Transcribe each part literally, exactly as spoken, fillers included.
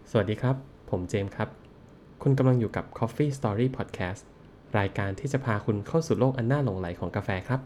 สวัสดีครับผมเจมส์ครับคุณกำลังอยู่กับ Coffee Story Podcast รายการที่จะพาคุณเข้าสู่โลกอันน่าหลงใหลของกาแฟครับ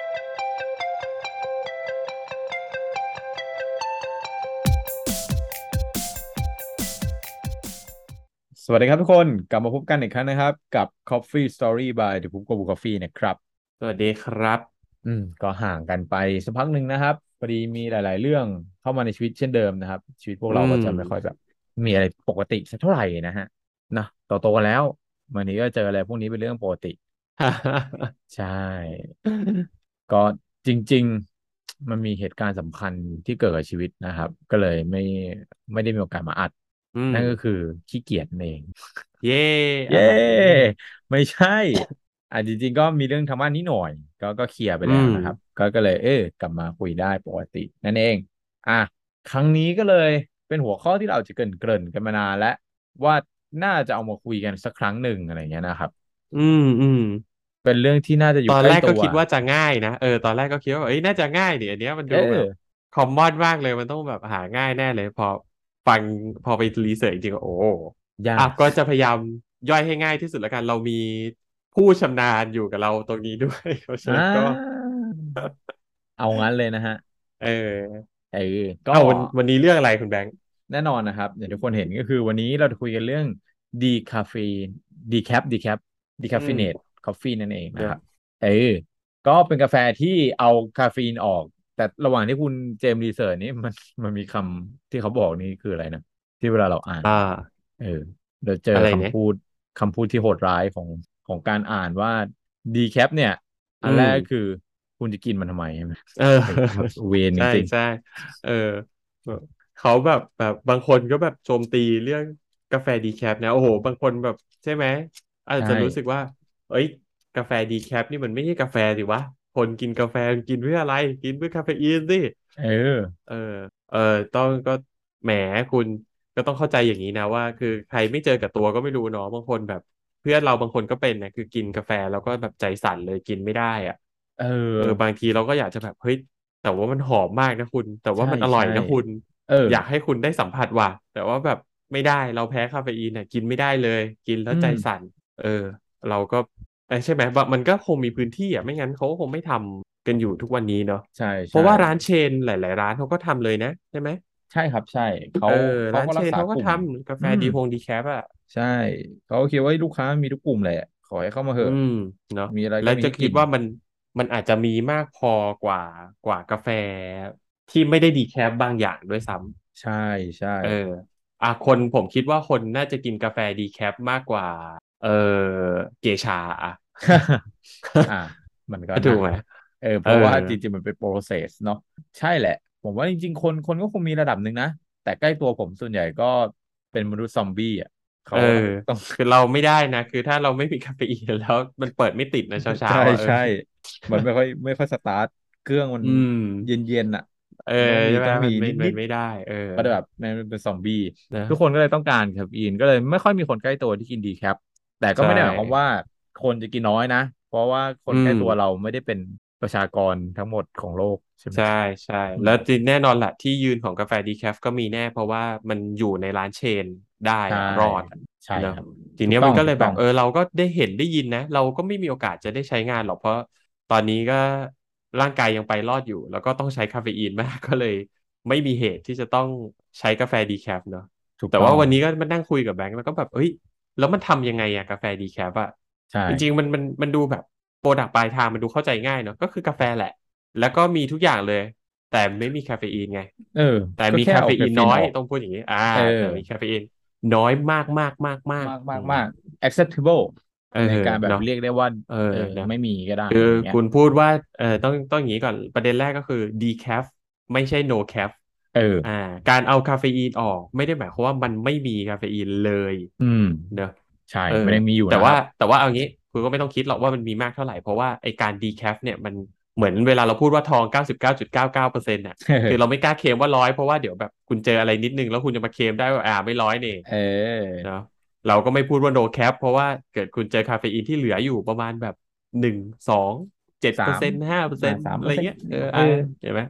สวัสดีครับทุกคนกลับมาพบกันอีกครั้งนะครับกับ Coffee Story by The Book of Coffee นะครับสวัสดีครับอืมก็ห่างกันไปสักพักหนึ่งนะครับพอดีมีหลายๆเรื่องเข้ามาในชีวิตเช่นเดิมนะครับชีวิตพวกอืเราก็มจะไม่ค่อยแบบมีอะไรปกติสักเท่าไหร่นะฮะนะโตโตกันแล้ววันนี้ก็เจออะไรพวกนี้เป็นเรื่องปกติใช่ก็จริงๆมันมีเหตุการณ์สำคัญที่เกิดกับชีวิตนะครับก็เลยไม่ไม่ได้มีโอกาสมาอัดอืมนั่นก็คือขี้เกียจนั่นเองเย่เย้อะไรไม่ใช่อ่ะจริงๆก็มีเรื่องทางบ้านนิดหน่อยก็ก็เคลียร์ไปอืมแล้วนะครับก็ก็เลยเออกลับมาคุยได้ปกตินั่นเองอ่ะครั้งนี้ก็เลยเป็นหัวข้อที่เราจะเกริ่นเกริ่นกันมานานแล้วว่าน่าจะเอามาคุยกันสักครั้งหนึ่งอะไรเงี้ยนะครับอืมอืมเป็นเรื่องที่น่าจะอตอนยู่ใกล้ตัวแรกก็คิดว่าจะง่ายนะเออตอนแรกก็คิดว่าเอ้ยน่าจะง่ายดิอันเนี้ยมันเอดูแบบอคอมมอนมากเลยมันต้องแบบหาง่ายแน่เลยพอฟังพอไปรีเสิร์ชจริงๆก็โอ้อ่ะยากก็จะพยายามย่อยให้ง่ายที่สุดแล้วกันเรามีผู้ชำนาญอยู่กับเราตรงนี้ด้วยเพราะฉะอ่นั้นก็าเอางั้นเลยนะฮะเออเออก็เอาวันวันนี้เรื่องอะไรคุณแบงค์แน่นอนนะครับอย่างทุกคนเห็นก็คือวันนี้เราจะคุยกันเรื่องดีคาเฟดีแคปดีแคปดีอืคาเฟเนตมคอฟฟี่นั่นเองนะเนอะครับเออก็เป็นกาแฟที่เอาคาเฟอีนออกแต่ระหว่างที่คุณเจมส์รีเสิร์ชนี่มันมันมีคำที่เขาบอกนี่คืออะไรนะที่เวลาเราอ่านอ่าเออเดี๋ยวเจออะไรเนี่ยคำพูดคำพูดที่โหดร้ายของของการอ่านว่าดีแคปเนี่ยอัอืนแรมกคือคุณจะกินมันทำไมใช่ไหมเออเออเวรใช่จริงใช่เออแบบเขาแบบแบบบางคนก็แบบโจมตีเรื่องกาแฟดีแคปนะโอ้โหบางคนแบบใช่ไหมอาๆใช่จจะรู้สึกว่าเอ้ยกาแฟดีแคปนี่มันไม่ใช่กาแฟสิวะคนกินกาแฟกินเพื่ออะไรกินเพื่อคาเฟอีนสิเออเออเออต้องก็แหมคุณก็ต้องเข้าใจอย่างนี้นะว่าคือใครไม่เจอกับตัวก็ไม่รู้เนาะบางคนแบบเพื่อนเราบางคนก็เป็นนะคือกินกาแฟแล้วก็แบบใจสั่นเลยกินไม่ได้อ่ะเอเอออบางทีเราก็อยากจะแบบเฮ้ยแต่ว่ามันหอมมากนะคุณแต่ว่าใช่มันอร่อยใช่นะคุณเอออยากให้คุณได้สัมผัสว่ะแต่ว่าแบบไม่ได้เราแพ้คาเฟอีนเนี่ยกินไม่ได้เลยกินแล้วใจอืมสั่นเออเราก็เออใช่ไหมบะมันก็คงมีพื้นที่อ่ะไม่งั้นเขาก็คงไม่ทำกันอยู่ทุกวันนี้เนาะใช่เพใช่ราะว่าร้านเชนหลายๆร้านเขาก็ทำเลยนะใช่ไหมใช่ครับใช่เขาเออเขาก็ร้านเชนเขาก็รักษากลุ่มทำกาแฟอืมดีคงดีแคปอ่ะใช่เขาก็คิดว่าลูกค้ามีทุกกลุ่มแหละขอให้เข้ามาเถอือะมเนาะมีอะไรแล้วจะก็มีให้กินคิดว่ามันมันอาจจะมีมากพอกว่ากว่ากาแฟที่ไม่ได้ดีแคปบางอย่างด้วยซ้ใช่ใช่ำเอออ่ะคนผมคิดว่าคนน่าจะกินกาแฟดีแคปมากกว่าเออเกชาอ่ะอ่ามันก็ถูกไหมนะเออเพเออราะว่าจริงๆมันเป็น process เนาะใช่แหละผมว่าจริงๆคนคนก็คงมีระดับหนึ่งนะแต่ใกล้ตัวผมส่วนใหญ่ก็เป็นมนุษย์ซอมบี้อ่ะเอเขาอต้องต้องคือเราไม่ได้นะคือถ้าเราไม่มีคาเฟอีนแล้วมันเปิดไม่ติดนะเช้าใช่ๆอ่ะเออใช่มันไม่ค่อยไม่ค่อยสตาร์ทเครื่องมันอืมเย็นๆอ่ะเออต้องมีใช่ไหมต้องมีมันไม่นิดมันไม่ได้เออๆก็แบบมันเป็นซอมบี้นะทุกคนก็เลยต้องการคาเฟอีนก็เลยไม่ค่อยมีคนใกล้ตัวที่กินดีแคปแต่ก็ใช่ไม่ได้หมายความว่าคนจะกินน้อยนะเพราะว่าคอืนใกล้มตัวเราไม่ได้เป็นประชากรทั้งหมดของโลกใช่ไหมใช่ใช่อืมแล้วจริงแน่นอนแหละที่ยืนของกาแฟดีแคฟก็มีแน่เพราะว่ามันอยู่ในร้านเชนได้ใช่อะรอดอะเนอะใช่ครับทีเนี้ยถูกต้มันก็เลยแบบองถูกต้องเออเราก็ได้เห็นได้ยินนะเราก็ไม่มีโอกาสจะได้ใช้งานหรอกเพราะตอนนี้ก็ร่างกายยังไปรอดอยู่แล้วก็ต้องใช้คาเฟอีนมากก็เลยไม่มีเหตุที่จะต้องใช้กาแฟดีแคฟเนอะแต่ถูกต้องว่าวันนี้ก็มานั่งคุยกับแบงค์แล้วก็แบบเอ้ย แล้วมันทำยังไงอะกาแฟดีแคปอะใช่จริงๆมันมันมันดูแบบโปรดักต์ปลายทางมันดูเข้าใจง่ายเนาะก็คือกาแฟแหละแล้วก็มีทุกอย่างเลยแต่ไม่มีคาเฟอีนไงเออแต่ก็มีคาเฟแค่เอาแคอีนน้อยฟฟีนออกต้องพูดอย่างนี้อ่าเอแต่มีอคาเฟอีนน้อยมากมากมากมากมากอืมมากมาก acceptable เออในการแบบเนาะเรียกได้ว่าเออเออเนาะไม่มีก็ได้คืออะไรเงี้ยคุณพูดว่าเออต้องต้องอย่างนี้ก่อนประเด็นแรกก็คือ decaf ไม่ใช่ no cap เอออ่าการเอาคาเฟอีนออกไม่ได้หมายความว่ามันไม่มีคาเฟอีนเลยอืมเนอะใช่เออไม่ได้มีอยู่แต่ว่านะครับแต่ว่าเอางี้คุณก็ไม่ต้องคิดหรอกว่ามันมีมากเท่าไหร่เพราะว่าไอการดีแคฟเนี่ยมันเหมือนเวลาเราพูดว่าทองเก้าสิบเก้าจุดเก้าเก้าเปอร์เซ็นต์เนี่ยคือเราไม่กล้าเคลมว่าร้อยเพราะว่าเดี๋ยวแบบคุณเจออะไรนิดนึงแล้วคุณจะมาเคลมได้ว่าอ่าไม่ร้อยเนี่ยเออเนาะเราก็ไม่พูดว่า no cap เพราะว่าเกิดคุณเจอคาเฟอีนที่เหลืออยู่ประมาณแบบหนึ่งสองเจ็ดสามเปอร์เซ็นต์ห้าเปอร์อ่าเซ็นต์สามเปอร์เซ็นต์อะไรเงี้ยเออเอออ่าเห็นไหม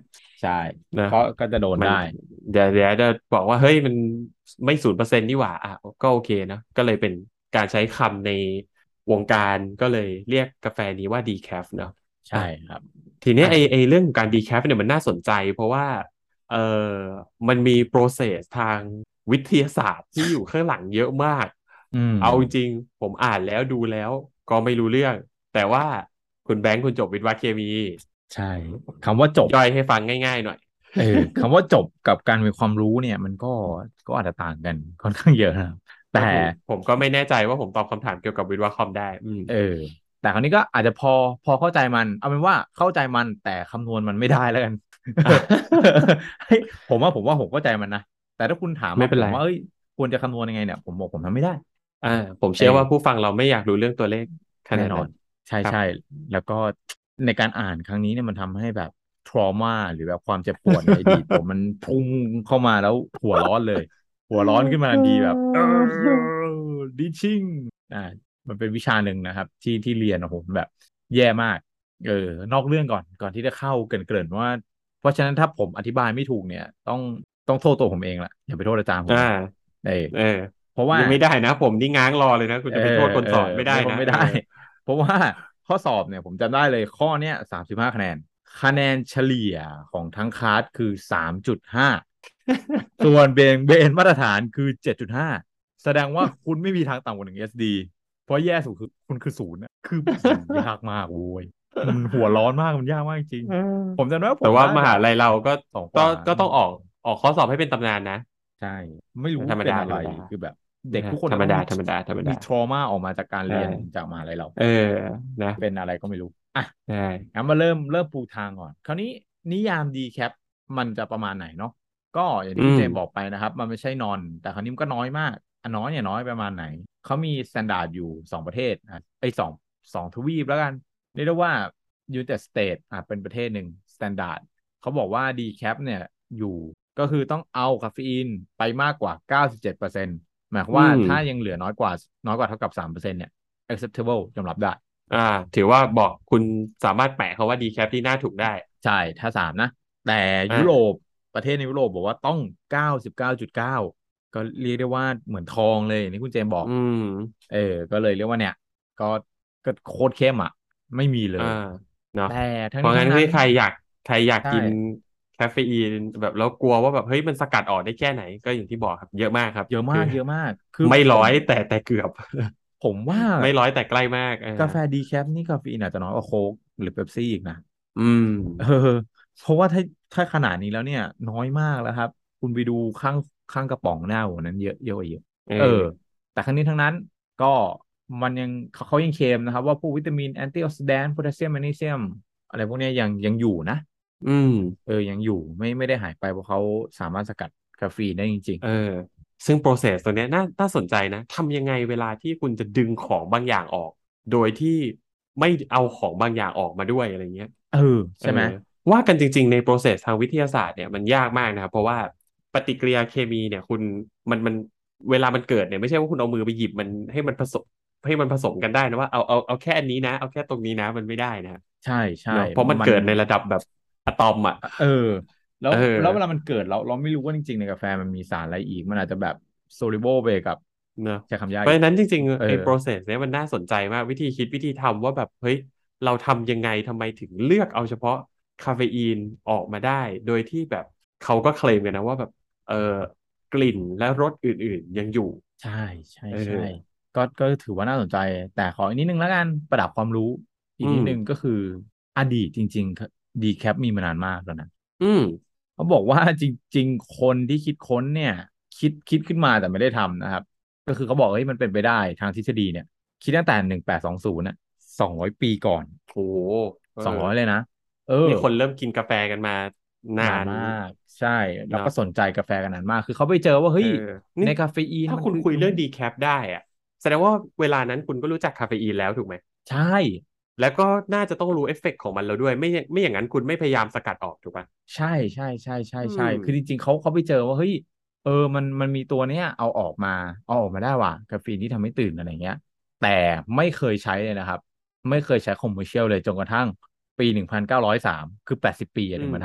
ใช่นะก็ก็จะโดนมันได้เดี๋ยวเดี๋ยวจะบอกว่าเฮ้ยมันไม่ศูนย์เปอร์เซ็นต์นี่หว่าอ่ะก็โอเคนะก็เลยเป็นการใช้คำในวงการก็เลยเรียกกาแฟนี้ว่าดีแคฟเนาะอ่ะใช่ครับทีเนี้ยอ่ะไอไอเรื่องของการดีแคฟเนี่ยมันน่าสนใจเพราะว่าเออมันมี process ทางวิทยาศาสตร์ที่อยู่ข้างหลังเยอะมากอืมเอาจริงๆผมอ่านแล้วดูแล้วก็ไม่รู้เรื่องแต่ว่าคุณแบงค์คุณจบวิทย์วะเคมีใช่คำว่าจบย่อยให้ฟังง่ายๆหน่อยเออคำว่าจบกับการมีความรู้เนี่ยมันก็ก็อาจจะต่างกันค่อนข้างเยอะนะครับแต่ก็ถูกผมก็ไม่แน่ใจว่าผมตอบคำถามเกี่ยวกับวิทย์วะคอมได้อืมเออแต่คราวนี้ก็อาจจะพอพอเข้าใจมันเอาเป็นว่าเข้าใจมันแต่คำนวณมันไม่ได้แล้วกัน เฮ้ยผมว่าผมว่าผมเข้าใจมันนะแต่ถ้าคุณถามมาไม่เป็นไรผมว่าเอ้ยควรจะคำนวณยังไงเนี่ยผมบอกผมทำไม่ได้อ่าผมเอเชื่อว่าผู้อฟังเราไม่อยากรู้เรื่องตัวเลขขแน่นอนนาดนั้นใช่ครับใช่แล้วก็ในการอ่านครั้งนี้เนี่ยมันทำให้แบบ trauma หรือแบบความเจ็บปวดในอดีตผมมันพุ่งเข้ามาแล้วหัวร้อนเลยหัวร้อนขึ้นมาทันทีแบบเออดิชิ่งอ่ามันเป็นวิชาหนึ่งนะครับที่ที่เรียนโอ้โหแบบแย่มากเออนอกเรื่องก่อนก่อนที่จะเข้าเกริ่นๆว่าเพราะฉะนั้นถ้าผมอธิบายไม่ถูกเนี่ยต้องต้องโทษตัวผมเองละอย่าไปโทษอาจารย์ผอ่ามนะเออเออเพราะว่ายังไม่ได้นะผมนี่ง้างรอเลยนะคุณเออจะไปโทษคนเออสอนไม่ได้ไม่คงไม่ได้นะเออเพราะว่าข้อสอบเนี่ยผมจำได้เลยข้อเนี้ยสามสิบห้าคะแนนคะแนนเฉลี่ยของทั้งคลาสคือสามจุดห้าส่วนเบนเบนมาตรฐานคือเจ็ดจุดห้าแสดงว่าคุณไม่มีทางต่ำกว่าหนึ่ง เอส ดี เพราะแย่สุดคือคุณคือศูนย์นะคือโยากมากโว้ยมันหัวร้อนมากมันยากมากจริงเออผมจำได้ว่าผแต่ว่ามได้แบบมหาลัยเราก็ก็สองกว่าก็ต้องออกออกข้อสอบให้เป็นตำนานนะใช่ไม่รู้ธรรมเป็นอะไรดาธรรมดาคือแบบเด็กนะฮะทุกคนจะต้องมีธรรมดาธรรมดาธรรมมีดาทรมาออกมาจากการใช่เรียนจากมหาลัยเราเออนะเป็นอะไรก็ไม่รู้อ่ะใช่งั้นมาเริ่มเริ่มปูทางก่อนคราวนี้นิยาม ดี แคป มันจะประมาณไหนเนาะก็อย่างอืที่คุณเจมมส์บอกไปนะครับมันไม่ใช่นอนแต่คราวนี้มันก็น้อยมากอ่ะน้อยเนี่ยน้อยประมาณไหนเขามีสแตนดาร์ดอยู่สองประเทศอ่ะไอ้ยสองสองทวีปแล้วกันเรียกได้ว่า United States อ่ะเป็นประเทศหนึ่งสแตนดาร์ดเขาบอกว่า ดี แคป เนี่ยอยู่ก็คือต้องเอาคาเฟอีนไปมากกว่าเก้าสิบเจ็ดเปอร์เซ็นต์หมายความอืว่ามถ้ายังเหลือน้อยกว่าน้อยกว่าเท่ากับสามเปอร์เซ็นต์เนี่ย acceptable ยอมรับได้อ่าถือว่าบอกคุณสามารถแปะเขาว่าดีแคปที่หน้าถูกได้ใช่ถ้าสามนะแต่ยุโรปอ่าประเทศในยุโรปบอกว่าต้องเก้าสิบเก้าจุดเก้าก็เรียกได้ว่าเหมือนทองเลยอย่างที่คุณเจมส์บอกอืมเออก็เลยเรียกว่าเนี่ยก็ก็โคตรเข้มอ่ะไม่มีเลอ่ายเนาะแต่ทั้เพราะงั้นงนี้ทั้งนั้นใครอยากใครอยากใช่กินคาเฟอีนแบบแล้วกลัวว่าแบบเฮ้ยมันสกัดออกได้แค่ไหนก็อย่างที่บอกครับเยอะมากครับเยอะคือมากเยอะมากคือไม่ผมร้อยแต่แต่เกือบผมว่าไม่ร้อยแต่ใกล้มากเออกาแฟดีแคฟนี่คาเฟอีนอาจจะน้อยกว่าโค้กหรือเป๊ปซี่อีกนะอืมเออเพราะว่าถ้าถ้าขนาดนี้แล้วเนี่ยน้อยมากแล้วครับคุณไปดูข้างข้างกระป๋องหน้าหัวนั้นเยอะเยอะกว่าเยอะเอเอออแต่ทั้งนี้ทั้งนั้นก็มันยังเขาเขายังเคลมนะครับว่าพวกวิตามินแอนตี้ออกซิแดนต์โพแทสเซียมแมกนีเซียมอะไรพวกเนี้ยยังยังอยู่นะอืมเออยังอยู่ไม่ไม่ได้หายไปเพราะเขาสามารถสกัดคาเฟอีนได้จริงเออซึ่ง process ตัวเนี้ยน่าน่าสนใจนะทำยังไงเวลาที่คุณจะดึงของบางอย่างออกโดยที่ไม่เอาของบางอย่างออกมาด้วยอะไรเงี้ยๆเออเออใช่ไหมว่ากันจริงๆใน process ทางวิทยาศาสตร์เนี่ยมันยากมากนะครับเพราะว่าปฏิกิริยาเคมีเนี่ยคุณมันมันเวลามันเกิดเนี่ยไม่ใช่ว่าคุณเอามือไปหยิบมันให้มันผสมให้มันผสมกันได้นะว่าเอาเอาเอาแค่อันนี้นะเอาแค่ตรงนี้นะมันไม่ได้นะใช่ใช่เนาะเพราะมันมันเกิดในระดับแบบอะตอมอ่ะเออแล้เอวแล้วเวลาอมันเกิดเราเราไม่รู้ว่าจริงๆในกาแฟมันมีสารอะไรอีกมันอาจจะแบบโซลิโบไปกับเนอะใช้คำยากอีกเพราะฉะนั้นจริงเออๆไอ้ process เนี่ยมันน่าสนใจมากวิธีคิดวิธีทำว่าแบบเฮ้ยเราทำยังไงทำไมถึงเลือกเอาเฉพาะคาเฟอีนออกมาได้โดยที่แบบเขาก็เคลมกันนะว่าแบบเออกลิ่นและรสอื่นๆยังอยู่ใช่ใช่เอใช่อก็ก็ถือว่าน่าสนใจแต่ขออีกนิดนึงแล้วกันประดับความรู้อีกนิดอืมนึงก็คืออดีตจริงๆดีแคปมีมานานมากแล้วนะอืมเขาบอกว่าจริงๆคนที่คิดค้นเนี่ยคิดคิดขึ้นมาแต่ไม่ได้ทำนะครับก็คือเขาบอกเฮ้ยมันเป็นไปได้ทางทฤษฎีเนี่ยคิดตั้งแต่หนึ่งแปดสองศูนย์น่ะสองร้อยปีก่อนโหเออสองร้อยเลยนะเออนี่คนเริ่มกินกาแฟกันมานานนานมากใช่แล้วเนาะก็สนใจกาแฟกันนานมากคือเขาไปเจอว่าเออเฮ้ยนี่ในคาเฟอีนถ้าคุณมันคือคุยเรื่องดีแคปได้อะแสดงว่าเวลานั้นคุณก็รู้จักคาเฟอีนแล้วถูกไหมใช่แล้วก็น่าจะต้องรู้เอฟเฟกต์ของมันแล้วด้วยไม่อย่างไม่อย่างนั้นคุณไม่พยายามสกัดออกถูกป่ะใช่ใช่ใช่ใช่อืใช่มคือจริงๆเขาเขาไปเจอว่าเฮ้ยเออมันมันมีตัวเนี้ยเอาออกมาเอาออกมาได้ว่ะคาเฟอีนที่ทำให้ตื่นอะไรเงี้ยแต่ไม่เคยใช้เลยนะครับไม่เคยใช้คอมเมอร์เชียลเลยจนกระทั่งปีหนึ่งพันเก้าร้อยสามคือแปดสิบปีอะอืมถึงมาทำ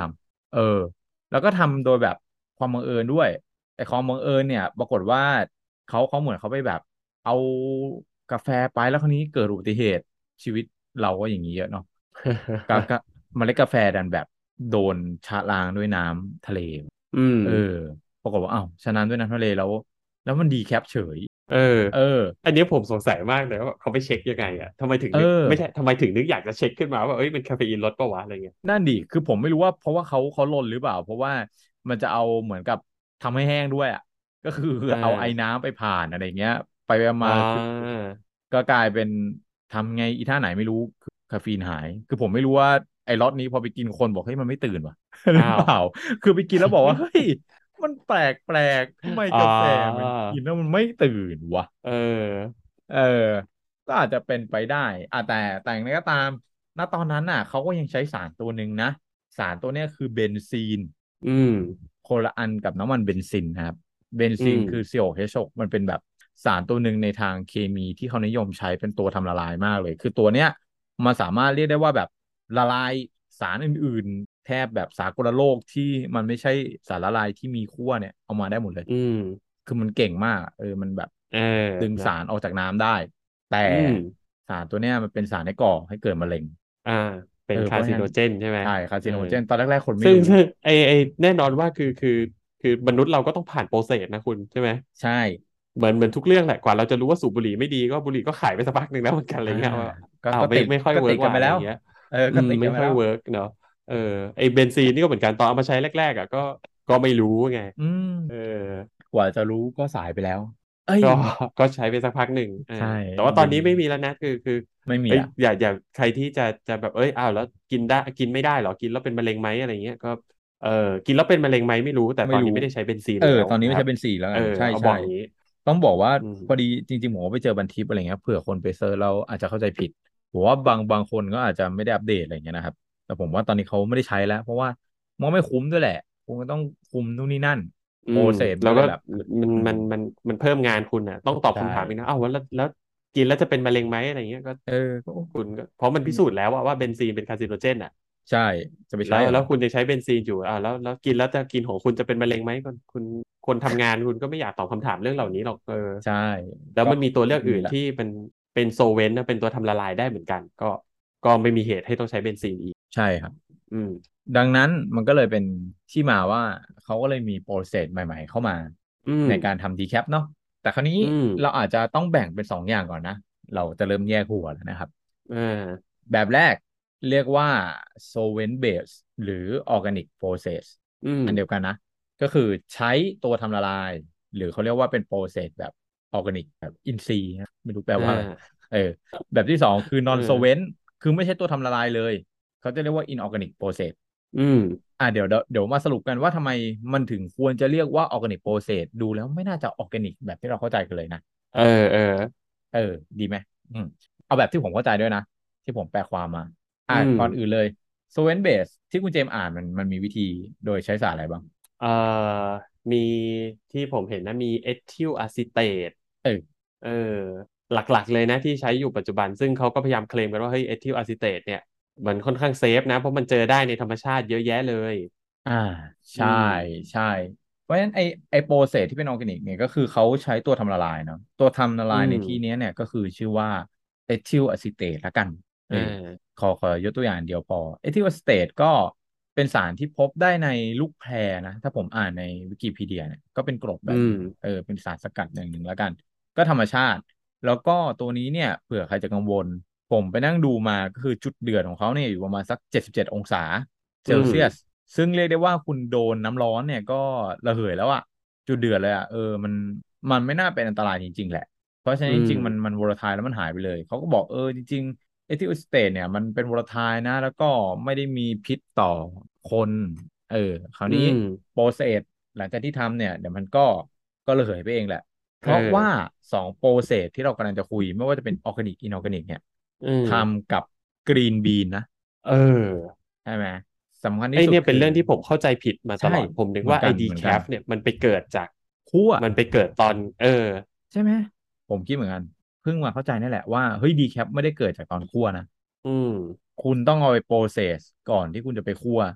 เออแล้วก็ทำโดยแบบความบังเอิญด้วยแต่ความบังเอิญเนี่ยปรากฏว่าเขาเขาเหมือนเขาไปแบบเอากาแฟไปแล้วคราวนี้เกิดอุบัติเหตุชีวิตเราก็อย่างนี้เยอะเนาะกากะ เมล็ดกาแฟดันแบบโดนชะล้างด้วยน้ำทะเลอืมเออปรากฏว่าอ้าวชะล้างด้วยน้ำทะเลแล้วแล้วมันดีแคปเฉยเออเอออันนี้ผมสงสัยมากเลยว่าเขาไปเช็คยังไงอ่ะทำไมถึงเออนึกไม่ใช่ทำไมถึงนึกอยากจะเช็คขึ้นมาว่าเอ้ยมันคาเฟอีนลดปะวะอะไรเงี้ยนั่นดิคือผมไม่รู้ว่าเพราะว่าเขาเขาลนหรือเปล่าเพราะว่ามันจะเอาเหมือนกับทำให้แห้งด้วยอ่ะก็คืออ่เอาไอ้าน้ำไปผ่านอะไรเงี้ยไปอ่มาคือาก็กลายเป็นทำไงอีท่าไหนไม่รู้คือคาเฟอีนหายคือผมไม่รู้ว่าไอ้ล็อตนี้พอไปกินคนบอกเฮ้ยมันไม่ตื่นว่ะหอ้าวรือเปล่าคือไปกินแล้วบอกว่าเฮ้ยมันแปลกแปลกทำไมอ๋อกาแฟมันกินแล้วมันไม่ตื่นวะเออเออก็อาจจะเป็นไปได้อ่ะแต่แต่อย่างไรก็ตามณตอนนั้นน่ะเขาก็ยังใช้สารตัวหนึ่งนะ สารตัวเนี้ยคือเบนซีนอืมคนละอันกับน้ำมันเบนซินนะครับเบนอืมซินคือ ซี โอ เอช หก มันเป็นแบบสารตัวหนึ่งในทางเคมีที่เขานิยมใช้เป็นตัวทำละลายมากเลยคือตัวเนี้ยมันสามารถเรียกได้ว่าแบบละลายสารอื่นๆแทบแบบสากลโลกที่มันไม่ใช่สารละลายที่มีขั้วเนี่ยเอามาได้หมดเลยอืมคือมันเก่งมากเออมันแบบเออดึงนะสารออกจากน้ำได้แต่อืมสารตัวเนี้ยมันเป็นสารในก่อให้เกิดมะเร็งอ่าเป็เออนเพราะฉะนั้นคาร์ซิโนเจนใช่ไหมใช่คาร์เออซิโนเจนตอนแรกๆคนไม่ซึ่งรู้ซึ่งไอไอแน่นอนว่าคือคือคือมนุษย์เราก็ต้องผ่านโปรเซสนะคุณใช่ไหมใช่เหมือนเหมือนทุกเรื่องแหละกว่าเราจะรู้ว่าสูบบุหรี่ไม่ดีก็บุหรี่ก็ขายไปสักพักหนึ่งแล้วเหมือนกันอะไรอ่าเงี้ยว่าก็อ้าวไม่ก็ติดก็ไม่ค่อยเวิร์กติดกันไปแล้วว่าอะไรเงี้ยเออก็อืมติดกันไปแล้วไม่ค่อยเวิร์กเนาะเออไอเบนซีนนี่ก็เหมือนกันตอนเอามาใช้แรกๆอ่ะก็ก็ไม่รู้ไงอืมเออกว่าจะรู้ก็สายไปแล้วเอ้ยก็ก็ใช้ไปสักพักหนึ่งเออใช่แต่ว่าตเป็นอนนี้ไม่มีแล้วนะคือคือเอ้ยไม่มีอ่ะอย่าอย่าใครที่จะจะแบบเอ้ยอ้าวแล้วกินได้กินไม่ได้เหรอกินแล้วเป็นมะเร็งไหมอะไรเงี้ยก็เออกินแล้วเป็นมะเร็งไหมไม่รู้แต่ตไม่รู้อนนี้ไม่ได้ใช้เบนซีนเออแล้วตอนนี้นะครับไม่ใช่เป็นสี่แล้วเออกันใช่เอาบใช่อกอย่างนี้ต้องบอกว่าอืมพอดีจริงๆผมก็ไปเจอบันทิปอะไรเงี้ยเผื่อคนไปเซิร์ชเราอาจจะเข้าใจผิดผมว่าบางบางคนก็อาจจะไม่ได้อัปเดตอะไรเงี้ยนะครับแต่ผมว่าตอนนี้เขาไม่ได้ใช้แล้วเพราะว่ามองไม่คุ้มด้วยแหละคงต้องคุมนู่นนี่นั่นอืมโปรเซสมันแล้วก็ก็เลยแบบมันอืมมันมันมันเพิ่มงานคุณอ่ะต้องตอบใช่คำถามอีกนะอ้าวแล้วแล้วกินแล้วจะเป็นมะเร็งไหมอะไรเงี้ยก็เออก็คุณก็เพราะมันพิสูจน์แล้วว่าว่าเบนซีนเป็นคาร์ซิโนเจนอ่ะใช่จะไปใช้เหรอแล้วแล้วคุณจะใช้เบนซีนอยู่อ่าแล้วแล้วกินแล้วจะกินของคุณจะเป็นมะเร็งไหมคุณคุณคนทำงานคุณก็ไม่อยากตอบคำถามเรื่องเหล่านี้หรอกเออใช่แล้วก็มันมีตัวเลือกอื่นี่แหละนที่เป็นเป็นโซเวนต์นะเป็นตัวทำละลายได้เหมือนกันก็ก็ไม่มีเหตุให้ต้องใช้เบนซีนอีกใช่ครับอืมดังนั้นมันก็เลยเป็นที่มาว่าเขาก็เลยมีโปรเซสใหม่ๆเข้ามาอืมในการทำ ดี แคป เนาะแต่คราวนี้อืมเราอาจจะต้องแบ่งเป็นสองอย่างก่อนนะเราจะเริ่มแยกหัวแล้วนะครับอ่าแบบแรกเรียกว่า solvent based หรือ organic process อืมอันเดียวกันนะก็คือใช้ตัวทำละลายหรือเขาเรียกว่าเป็น process แบบออร์แกนิกแบบอินทรีย์นะไม่รู้แปลอ่ว่าอะไราเออแบบที่สองคือเอ non อ solvent คือไม่ใช่ตัวทำละลายเลยเขาจะเรียกว่า inorganic process อืมอ่าเดี๋ยวเดี๋ยวเดี๋ยวมาสรุปกันว่าทำไมมันถึงควรจะเรียกว่า organic process ดูแล้วไม่น่าจะออร์แกนิกแบบที่เราเข้าใจกันเลยนะเออเออเออดีไหมอืมเอาแบบที่ผมเข้าใจด้วยนะที่ผมแปลความมาอ่าอืมก่อนอื่นเลย solvent base ที่คุณเจมส์อ่านมันมันมีวิธีโดยใช้สารอะไรบ้างเอ่อมีที่ผมเห็นนะมีเอทิลอะซิเตตเออเออหลักๆเลยนะที่ใช้อยู่ปัจจุบันซึ่งเขาก็พยายามเคลมกันว่าเฮ้ยเอทิลอะซิเตตเนี่ยมันค่อนข้างเซฟนะเพราะมันเจอได้ในธรรมชาติเยอะแยะเลยอ่าอืใช่มใช่เพราะฉะนั้นไอไอโปรเซสที่เป็นออร์แกนิกเนี่ยก็คือเขาใช้ตัวทำละลายเนาะตัวทำละอืลายในมที่เนี้ยเนี่ยก็คือชื่อว่าเอทิลอะซิเตตละกันเออ่อาขอขอยกตัวอย่างเดียวพอเอทิลอะซิเตตก็เป็นสารที่พบได้ในลูกแพรนะถ้าผมอ่านในวิกิพีเดียเนี่ยก็เป็นกรดแบอืมบหนึ่งเออเป็นสารสกัดอย่างหนึ่งแล้วกันก็ธรรมชาติแล้วก็ตัวนี้เนี่ยเผื่อใครจะกังวลผมไปนั่งดูมาก็คือจุดเดือดของเขาเนี่ยอยู่ประมาณสักเจ็ดสิบเจ็ดองศาเซอืมลเซียส ซึ่งเรียกได้ว่าคุณโดนน้ำร้อนเนี่ยก็ระเหยแล้วอะจุดเดือดเลยอะเออมันมันไม่น่าเป็นอันตรายจริงๆแหละเพราะฉะอืนั้นจมริงๆมันมันวอล t ท l e แล้วมันหายไปเลยเขาก็บอกเออจริงๆเอทิลอะซิเตตเนี่ยมันเป็นวอล t ท l e นะแล้วก็ไม่ได้มีพิษต่อคนเออคราวนี้อืมโปรเซสหลังจากที่ทำเนี่ยเดี๋ยวมันก็ก็ระเหยไปเองแหละเพเอราะว่าอสองโปรเซสที่เรากำลังจะคุยไม่ว่าจะเป็นออร์แกนิกอินออร์แกนิกเนี่ยอืมทำกับกรีนบีนนะเออใช่ไหมสำคัญไอเนี่ยเป็นที่สุดคือเรื่องที่ผมเข้าใจผิดมาตใช่ลอดผมนึกเหมือนกัว่าไอดีแคนเหมือนกันฟเนี่ยมันไปเกิดจากคั่วมันไปเกิดตอนเออใช่ไหมผมคิดเหมือนกันเพิ่งมาเข้าใจนี่แหละว่าเฮ้ยดีแคปไม่ได้เกิดจากตอนคั่วนะอืมคุณต้องเอาไปโปรเซสก่อนที่คุณจะไปคั่ว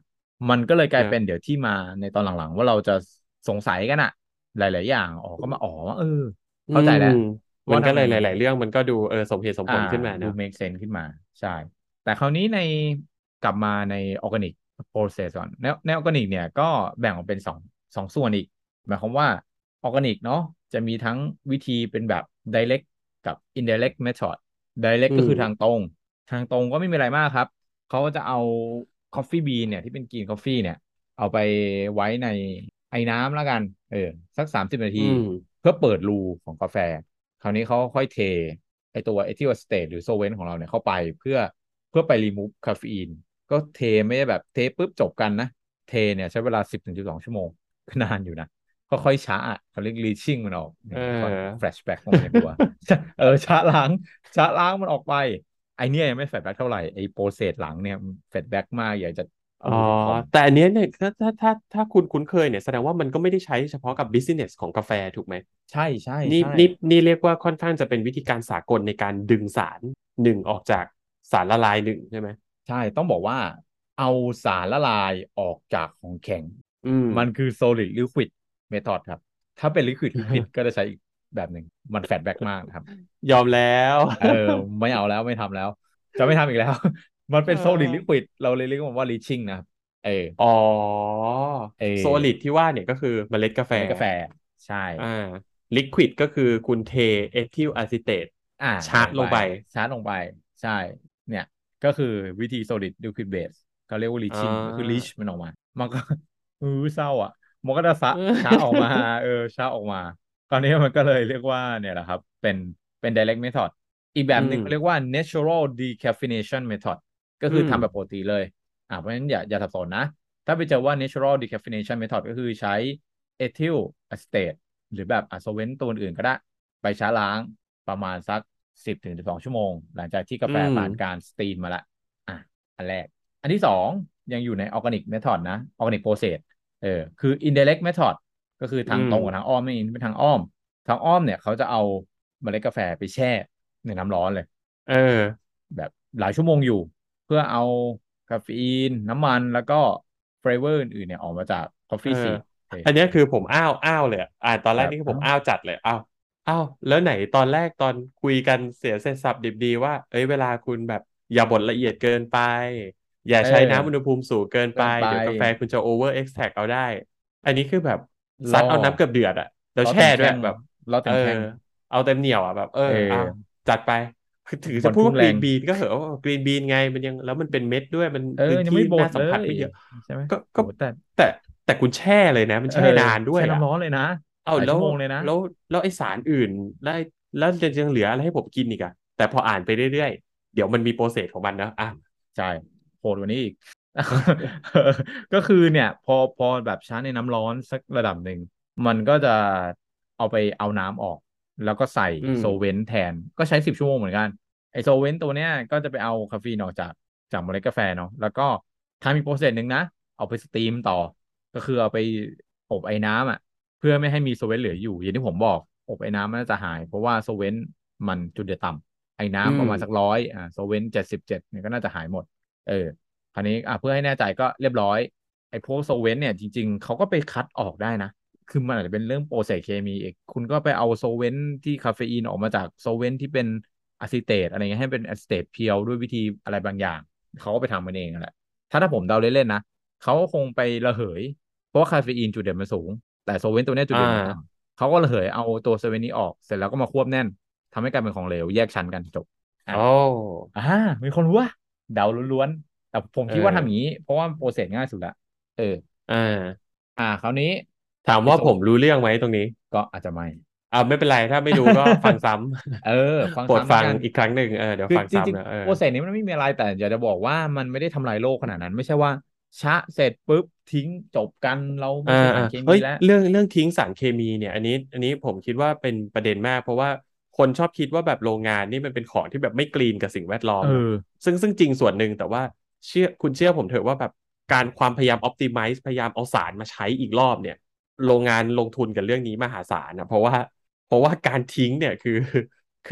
มันก็เลยกลายเป็นนะเดี๋ยวที่มาในตอนหลังๆว่าเราจะสงสัยกันอะหลายๆอย่างอ๋อก็มาอ๋อเอออืมเข้าใจแล้วมันก็ว่าทำไมมันเลยหลายๆเรื่องมันก็ดูเออสมเหตุสมอ่าผลขึ้นมาดูเนอะ make sense ขึ้นมาใช่แต่คราวนี้ในกลับมาใน organic process ก่อนในใน organic เนี่ยก็แบ่งออกเป็นสองสองส่วนอีกหมายความว่า organic เนาะจะมีทั้งวิธีเป็นแบบ direct กับ indirect method direct อืมก็คือทางตรงทางตรงก็ไม่มีอะไรมากครับเขาก็จะเอา coffee bean เนี่ยที่เป็นกรีน coffee เนี่ยเอาไปไว้ในไอ้น้ำแล้วกันเออสักสามสิบนาทีอืมเพื่อเปิดรูของกาแฟคราวนี้เขาค่อยเท ไอตัวเอทิลอะซิเตตหรือโซเวนของเราเนี่ยเข้าไปเพื่อเพื่อไปรีมูฟคาเฟอีนก็เทไม่ได้แบบเทปุ๊บจบกันนะเทเนี่ยใช้เวลาสิบถึงสิบสองชั่วโมงก็นานอยู่นะก็ค่อยช้าอ่ะเขาเรียกรีชิ่งมันออกเเนี่ยขอแฟออลชแบ็กลงไปในหัวเออช้าล้างช้าล้างมันออกไปไอเนี่ยยังไม่แฟลชแบ็กเท่าไหร่ไอโปรเซสหลังเนี่ยแฟลชแบ็กมากอยากจะอ๋อปูสักคอมแต่อันเนี้ยเนี่ยถ้าถ้าถ้าถ้าคุณคุ้นเคยเนี่ยแสดงว่ามันก็ไม่ได้ใช้เฉพาะกับ business ของกาแฟถูกไหมใช่ใช่นี่ใช่นี่นี่เรียกว่าค่อนข้างจะเป็นวิธีการสากลในการดึงสารหนึ่งออกจากสารละลายหนึ่งใช่ไหมใช่ต้องบอกว่าเอาสารละลายออกจากของแข็งอืมมันคือ solid liquid method ครับถ้าเป็น liquid liquid ก็ จะใช้อีกแบบหนึ่งมันแฟตแบ็กมากนะครับยอมแล้วเออไม่เอาแล้วไม่ทำแล้วจะไม่ทำอีกแล้วมันเเป็น solid ออ liquid เราเลยเรียกมันว่า leaching นะครับเอออ๋อเอโซลิดอที่ว่าเนี่ยก็คือเมล็ดกาแฟเมล็ดกาแฟใช่อ่าลิควิดก็คือคุณเทเอทิลอะซิเตตอ่าชะลงไปลงไปชาร์จลงไปใช่เนี่ยก็คือวิธี solid liquid base เขาเรียกว่าอ่ leaching ก็คือา leach มันออกมามันก็ เออเศร้าอ่ะมันก็จะสะช้าออกมาเออช้าออกมาตอนนี้มันก็เลยเรียกว่าเนี่ยแหละครับเป็นเป็น direct method อีกแบบหนึ่งอืมเขาเรียกว่า natural decaffeination method ก็อืมคือทำแบบปกติเลยอ่าเพราะฉะนั้นอย่าอย่าสับสนนะถ้าไปเจอว่า natural decaffeination method ก็คือใช้ ethyl acetate หรือแบบอะโซเวนต์ตัวอื่นก็ได้ไปช้าล้างประมาณสักสิบถึงสิบสองชั่วโมงหลังจากที่กาอืแฟมผ่านการสตรีมมาละอ่ะอันแรกอันที่สองยังอยู่ใน organic method นะ organic process เออคือ indirect method ก็คืออืทางตมรงกับทางอ้อมไม่เป็นทางอ้อมทางอ้อมเนี่ยเขาจะเอาเมล็ดกาแฟไปแช่ในน้ำร้อนเลยเออแบบหลายชั่วโมงอยู่เพื่อเอาคาเฟอีนน้ำมันแล้วก็เฟลเวอร์อื่นๆเนี่ยออกมาจากเออ coffee seed เอออันเนี้ยคือผมอ้าวอ้าวเลยอะอ่านตอนแรกแบบอ้าวนี่คือผมอ้าวจัดเลยอ้าวอ้าวแล้วไหนตอนแรกตอนคุยกันเสียเสร็จสับดิบดีว่าเอ้ยเวลาคุณแบบอย่าบดละเอียดเกินไปอย่าเอใช้น้ำอุณหอภูมิสูงเกินไปเกินไปเดี๋ยวกาแฟคุณจะโอเวอร์เอ็กซ์แทรเอาได้อันนี้คือแบบซัล่อดเอาน้ำเกือบเดือดอะแล้วล่อแช่เต็มแข้งด้วยแบบล่อเออเต็มแข้งเอาเต็มเหนียวอ่ะแบบเออเเอาออจัดไปคือถือบจะพูดว่ากรีนพุ่งแรงนบีนก็เหอะกรีนบีนไงมันยังแล้วมันเป็นเม็ดด้วยมันเออพื้นที่ยังไม่บน่าสัดเลยมผัสไม่เยอะใช่ไหมก็ก็โหแต่แต่แต่คุณแช่เลยนะมันเออแช่นานด้วยอ่ะแช่น้ำร้อนเลยนะหลายเอาแล้วชั่วโมงเลยนะแล้วแล้วไอสารอื่นแล้วแล้วจะยังเหลืออะไรให้ผมกินอีกอะแต่พออ่านไปเรื่อยๆเดี๋ยวมันมีโปรเซสของมันนะอ่ะใช่โหดกว่านี้อีกก็คือเนี่ยพอพอแบบช้าในน้ำร้อนสักระดับหนึ่งมันก็จะเอาไปเอาน้ำออกแล้วก็ใส่อืมโซเวนต์แทนก็ใช้สิบชั่วโมงเหมือนกันไอโซเวนต์ตัวเนี้ยก็จะไปเอาคาเฟอีนออกจากจากเมล็ดกาแฟเนาะแล้วก็ทำอีกโปรเซสหนึ่งนะเอาไปสตรีมต่อก็คือเอาไปอบไอ้น้ำอ่ะ เพื่อไม่ให้มีโซเวนต์เหลืออยู่อย่างที่ผมบอกอบไอ้น้ำมันน่าจะหายเพราะว่าโซเวนต์มันจุดเดือดต่ำไอ้อืน้ำประมมาณสักร้อยอ่าโซเวนต์เจ็ดสิบเจ็ดเนี่ยก็น่าจะหายหมดเออคราวนี้อ่ะเพื่อให้แน่ใจก็เรียบร้อยไอ้พวกโซเวนต์เนี่ยจริงๆเขาก็ไปคัดออกได้นะคือมันอาจจะเป็นเรื่องโปรเซสเคมีเองคุณก็ไปเอาโซเวนต์ที่คาเฟอีนออกมาจากโซเวนต์ที่เป็นอะซิเตตอะไรเงี้ยให้เป็นอะซิเตตเพียวด้วยวิธีอะไรบางอย่างเขาก็ไปทำมันเองนั่นแหละถ้าถ้าผมเดาเล่นๆนะเขาก็คงไประเหยเพราะว่าคาเฟอีนจุดเด่นมันสูง แต่โซเวนต์ตัวเนี้ยจุดอ่เด่นมันต่าำเขาก็ระเหยเอาตัวโซเวนต์นี้ออกเสร็จแล้วก็มาควบแน่นทำให้กลายเป็นของเหลวแยกชั้นกันจบอ่ะโอ้อ่ามีคนรู้ว่าเดาล้วนๆแต่ผมเอคิดว่าทำอย่างอนี้เพราะว่าโปรเซสง่ายสุดละเอออ่าอ่าคราวนี้ถามไอโซว่าผมรู้เรื่องไหมตรงนี้ก็อาจจะไม่อ่าไม่เป็นไรถ้าไม่รู้ก็ฟังซ้เออฟัำงโปรดฟังซ้ำแล้วกันอีกครั้งหนึ่งเออเดี๋ยวคือฟังจริงซ้ำนะเออๆโปรเซสนี้มันไม่มีอะไรแต่อยากจะบอกว่ามันไม่ได้ทำลายโลกขนาดนั้นไม่ใช่ว่าชะเสร็จปุ๊บทิ้งจบกันเราอ่าไม่ใช่สาอ่ารเคเฮ้ยมีแล้วเรื่องเรื่องทิ้งสารเคมีเนี่ยอันนี้อันนี้ผมคิดว่าเป็นประเด็นมากเพราะว่าคนชอบคิดว่าแบบโรงงานนี่มันเป็นของที่แบบไม่กรีนกับสิ่งแวดล้อเอมอะอซึ่งซึ่งจริงส่วนหนึ่งแต่ว่าเชื่อคุณเชื่อผมเถอะว่าแบบการความพยายาม optimize พยายามเอาสารมาใช้อีกรอบเนี่ยโรงงานลงทุนกับเรื่องนี้มหาศาลนะเพราะว่าเพราะว่าการทิ้งเนี่ยคือคือ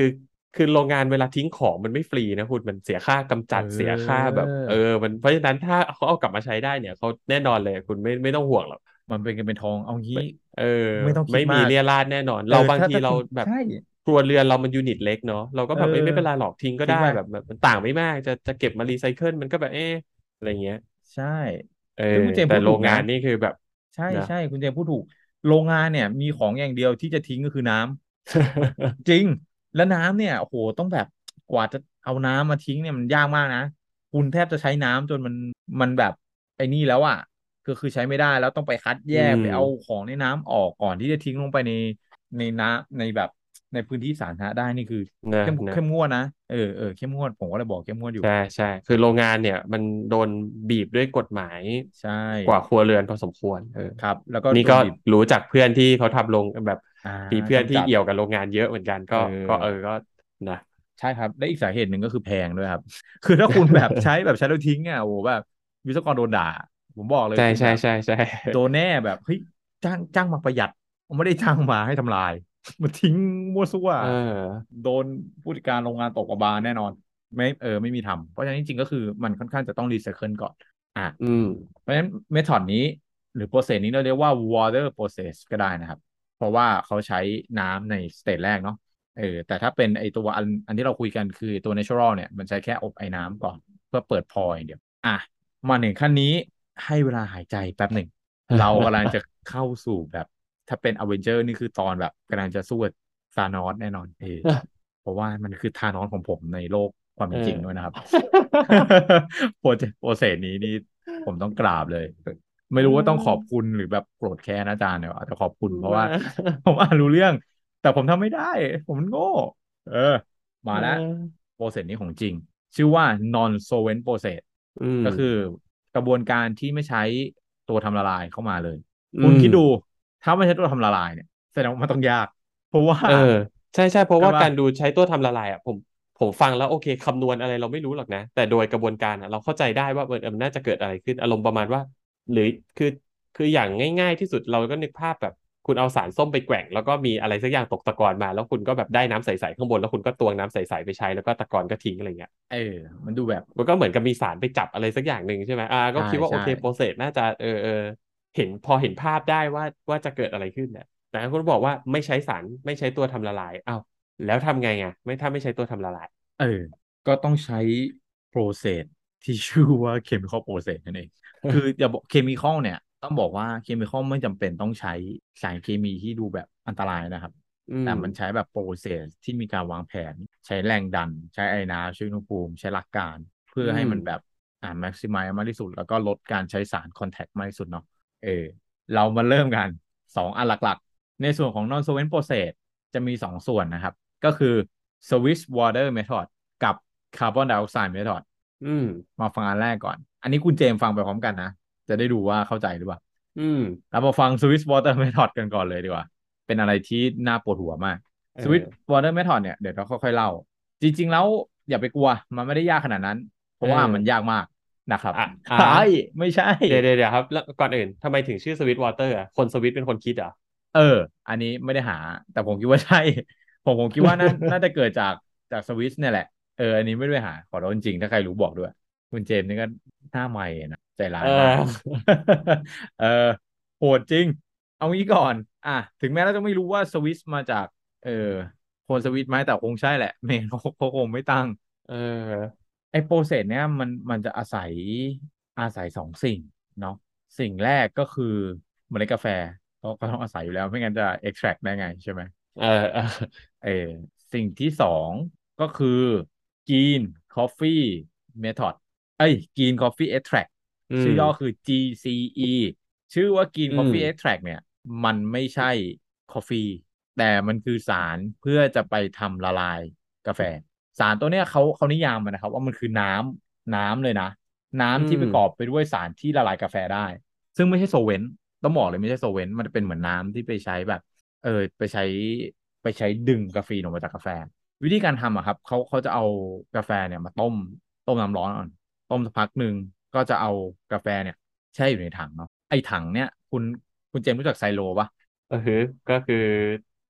คือโรงงานเวลาทิ้งของมันไม่ฟรีนะคุณมันเสียค่ากำเจัดเสียค่าออแบบเออมันเพราะฉะนั้นถ้าเขาเอากลับมาใช้ได้เนี่ยเขาแน่นอนเลยคุณไม่ไม่ต้องห่วงหรอกมันเป็นเงินเป็นทองเอางี้ไม่เออไม่ต้องคิไม่ดมากมีเรี่ยราดแน่นอนเออเราบางทีเราถ้าถ้าคุณแบบใช่ครัวเรือนเรามันยูนิตเล็กเนาะเราก็เออแบบเอ้ยไม่เป็นไรหรอกทิ้งก็ได้ทิ้งไปแบบแบบมันต่างไม่มากจะจะเก็บมารีไซเคิลมันก็แบบเอออะไรเงี้ยใช่เออซึ่งคุณเจมส์แต่พูดถูกนะโรงงานนี่คือแบบใช่นะใช่คุณเจมส์พูดถูกโรงงานเนี่ยมีของอย่างเดียวที่จะทิ้งก็คือน้ำ จริงแล้วน้ำเนี่ยโอ้โหต้องแบบกว่าจะเอาน้ำมาทิ้งเนี่ยมันยากมากนะคุณแทบจะใช้น้ำจนมันมันแบบไอ้นี่แล้วอ่ะคือคือใช้ไม่ได้แล้วต้องไปคัดแยอืกมไปเอาของในน้ำออกก่อนที่จะทิ้งลงไปในในน้ำในแบบในพื้นที่สาธารณะได้นี่คือนะเข้มนะเข้มงวดนะเออเออเข้มงวดผมก็เลยบอกเข้มงวดอยู่ใช่ใช่คือโรงงานเนี่ยมันโดนบีบด้วยกฎหมายใช่กว่าครัวเรือนพอสมควรเออครับแล้วก็นี่ก็โดนบีบรู้จักเพื่อนที่เขาทำโรงแบบอ่ามีเพื่อนที่กำจัดเอี่ยวกับโรงงานเยอะเหมือนกันเอก็ก็เอออก็นะใช่ครับและอีกสาเหตุหนึ่งก็คือแพงด้วยครับคือถ้าคุณแบบใช้แบบใช้แล้วทิ้งอ่ะโอ้โหแบบวิศวกรโดนด่าผมบอกเลยใช่ใช่คุณแบบใช่ใช่โดนแน่แบบเฮ้ยจ้างจ้างมาประหยัดไม่ได้จ้างมาให้ทำลายมาทิ้งมั่วซั่วเออโดนผู้จัดการโรงงานตกกระบาลแน่นอนไม่เออไม่มีทำเพราะฉะนั้นจริงๆก็คือมันค่อนข้างจะต้องรีไซเคิลก่อนอ่ะอืมเพราะฉะนั้นเมธอดนี้หรือโปรเซสนี้เราเรียกว่า water process ก็ได้นะครับเพราะว่าเขาใช้น้ำในสเตจแรกเนาะ เออแต่ถ้าเป็นไอตัวอันอันที่เราคุยกันคือตัว natural เนี่ยมันใช้แค่อบไอ้น้ำก่อนเพื่อเปิดพออย่างเดียวอ่ะมาถึงขั้นนี้ให้เวลาหายใจแป๊บหนึ่งเรากำลังจะเข้าสู่แบบถ้าเป็นอเวนเจอร์นี่คือตอนแบบกำลังจะสู้กับธานอสแน่นอนเออเพราะว่ามันคือธานอสของผมในโลกความเอเป็นจริงด้วยอนะครับ โปรเจโปรเซสนี้นี่ผมต้องกราบเลยไม่รู้ว่าต้องขอบคุณหรือแบบโกรธแค้นอาจารย์เนี่ยอาจจะขอบคุณเพราะว่าผมอ่านรู้เรื่อง แต่ผมทำไม่ได้ ผมมันโง่เออมาเอแล้วอโปรเซสนี้ของจริง ชื่อว่า non solvent process อืมก็คือกระบวนการที่ไม่ใช้ตัวทำละลายเข้ามาเลยอืมคุณคิดดู ถ้าไม่ใช้ตัวทำละลายเนี่ยแสดงว่ามันต้องยาก เพราะว่าเออใช่ใช่เพราะใช่ปะว่าการดูใช้ตัวทำละลายอ่ะผมผมฟังแล้วโอเคคำนวณอะไรเราไม่รู้หรอกนะแต่โดยกระบวนการอ่ะเราเข้าใจได้ว่ามันมันน่าจะเกิดอะไรขึ้นอารมณ์ประมาณว่าหรือคือคืออย่างง่ายๆที่สุดเราก็นึกภาพแบบคุณเอาสารส้มไปแกว่งแล้วก็มีอะไรสักอย่างตกตะกอนมาแล้วคุณก็แบบได้น้ำใสๆข้างบนแล้วคุณก็ตวงน้ำใสๆไปใช้แล้วก็ตะกอนก็ทิ้งอะไรเงี้ยเออมันดูแบบมันก็เหมือนกับมีสารไปจับอะไรสักอย่างหนึ่งใช่ไหมอ่าก็ใช่ใช่คิดว่าโอเคโปรเซสน่าจะเออเออเห็นพอเห็นภาพได้ว่าว่าจะเกิดอะไรขึ้นเนี่ย แต่คุณบอกว่าไม่ใช้สารไม่ใช้ตัวทำละลายอ้าวแล้วทำไงอ่ะไม่ถ้าไม่ใช้ตัวทำละลายเออก็ต้องใช้ process ที่ชื่อว่า chemical process นั่นเองคืออย่าบอก chemical เนี่ยต้องบอกว่า chemical ไม่จำเป็นต้องใช้สารเคมีที่ดูแบบอันตรายนะครับอืมแต่มันใช้แบบ process ที่มีการวางแผนใช้แรงดันใช้ไอ้น้ำใช้อุณหภูมิใช้หลักการเพื่ออืมให้มันแบบอ่า maximize มากที่สุดแล้วก็ลดการใช้สาร contact มากที่สุดเนาะเออเรามาเริ่มกันสองอันหลักๆในส่วนของ non solvent process จะมีสองส่วนนะครับก็คือ Swiss water method กับ carbon dioxide method อืมมาฟังอันแรกก่อน อันนี้คุณเจมส์ฟังไปพร้อมกันนะ จะได้ดูว่าเข้าใจหรือเปล่าอืมเรามาฟัง Swiss water method กันก่อนเลยดีกว่า เป็นอะไรที่น่าปวดหัวมากเอ Swiss อ water method เนี่ยเดี๋ยวเราค่อยๆเล่า จริงๆแล้วอย่าไปกลัว มันไม่ได้ยากขนาดนั้น เพเอราะว่ามันยาอกมากนะครับอ่ะอ่ะใช่ไม่ใช่เดี๋ยวเดี๋ยวเดี๋ยวครับแล้วก่อนอื่นทำไมถึงชื่อสวิตวอเตอร์อ่ะคนสวิตเป็นคนคิดเหรอ่ะเอออันนี้ไม่ได้หา แต่ผมคิดว่าใช่ผมผมคิดว่าน่าน่าจะเกิดจากจากสวิสเนี่ยแหละเอออันนี้ไม่ได้หาขอโทษจริงๆถ้าใครรู้บอกด้วยคุณเจมส์นี่ก็หน้าใหม่นะใจเร้ายมากออเออโหดจริงเอางี้ก่อนอ่ะถึงแม้เราจะไม่รู้ว่าสวิสมาจากเออคนสวิสไหมแต่คงใช่แหละเมนเขาเขาคงไม่ตั้งเออไอ้โปรเซสเนี้ยมันมันจะอาศัยอาศัยสองสิ่งเนาะสิ่งแรกก็คือเมล็ดกาแฟ ก็ก็ต้องอาศัยอยู่แล้วไม่งั้นจะ extract ได้ไงใช่ไหมเออเออเออสิ่งที่สองก็คือ Green Coffee Method เอ้ย Green Coffee Extract อืมชื่อย่อคือ จี ซี อี ชื่อว่า Green อืม Coffee Extract เนี่ยมันไม่ใช่ coffee แต่มันคือสารเพื่อจะไปทำละลายกาแฟสารตัวเนี้ยเขาเขานิยามมันนะครับว่ามันคือน้ำน้ำเลยนะอืน้ำที่มประกอบไปด้วยสารที่ละลายกาแฟได้ซึ่งไม่ใช่โซเวนต์ต้องบอกเลยไม่ใช่โซเวนต์มันเป็นเหมือนน้ำที่ไปใช้แบบเออไปใช้ไปใช้ดึงกาแฟนออกมาจากกาแฟวิธีการทำอะครับเขาเขาจะเอากาแฟเนี่ยมาต้มต้มน้ำร้อนก่อนต้มสักพักหนึ่งก็จะเอากาแฟเนี่ยแช่อยู่ในถังเนาะไอ้ถังเนี่ยคุณคุณเจมส์รู้จักไซโลปะเออคือก็คือ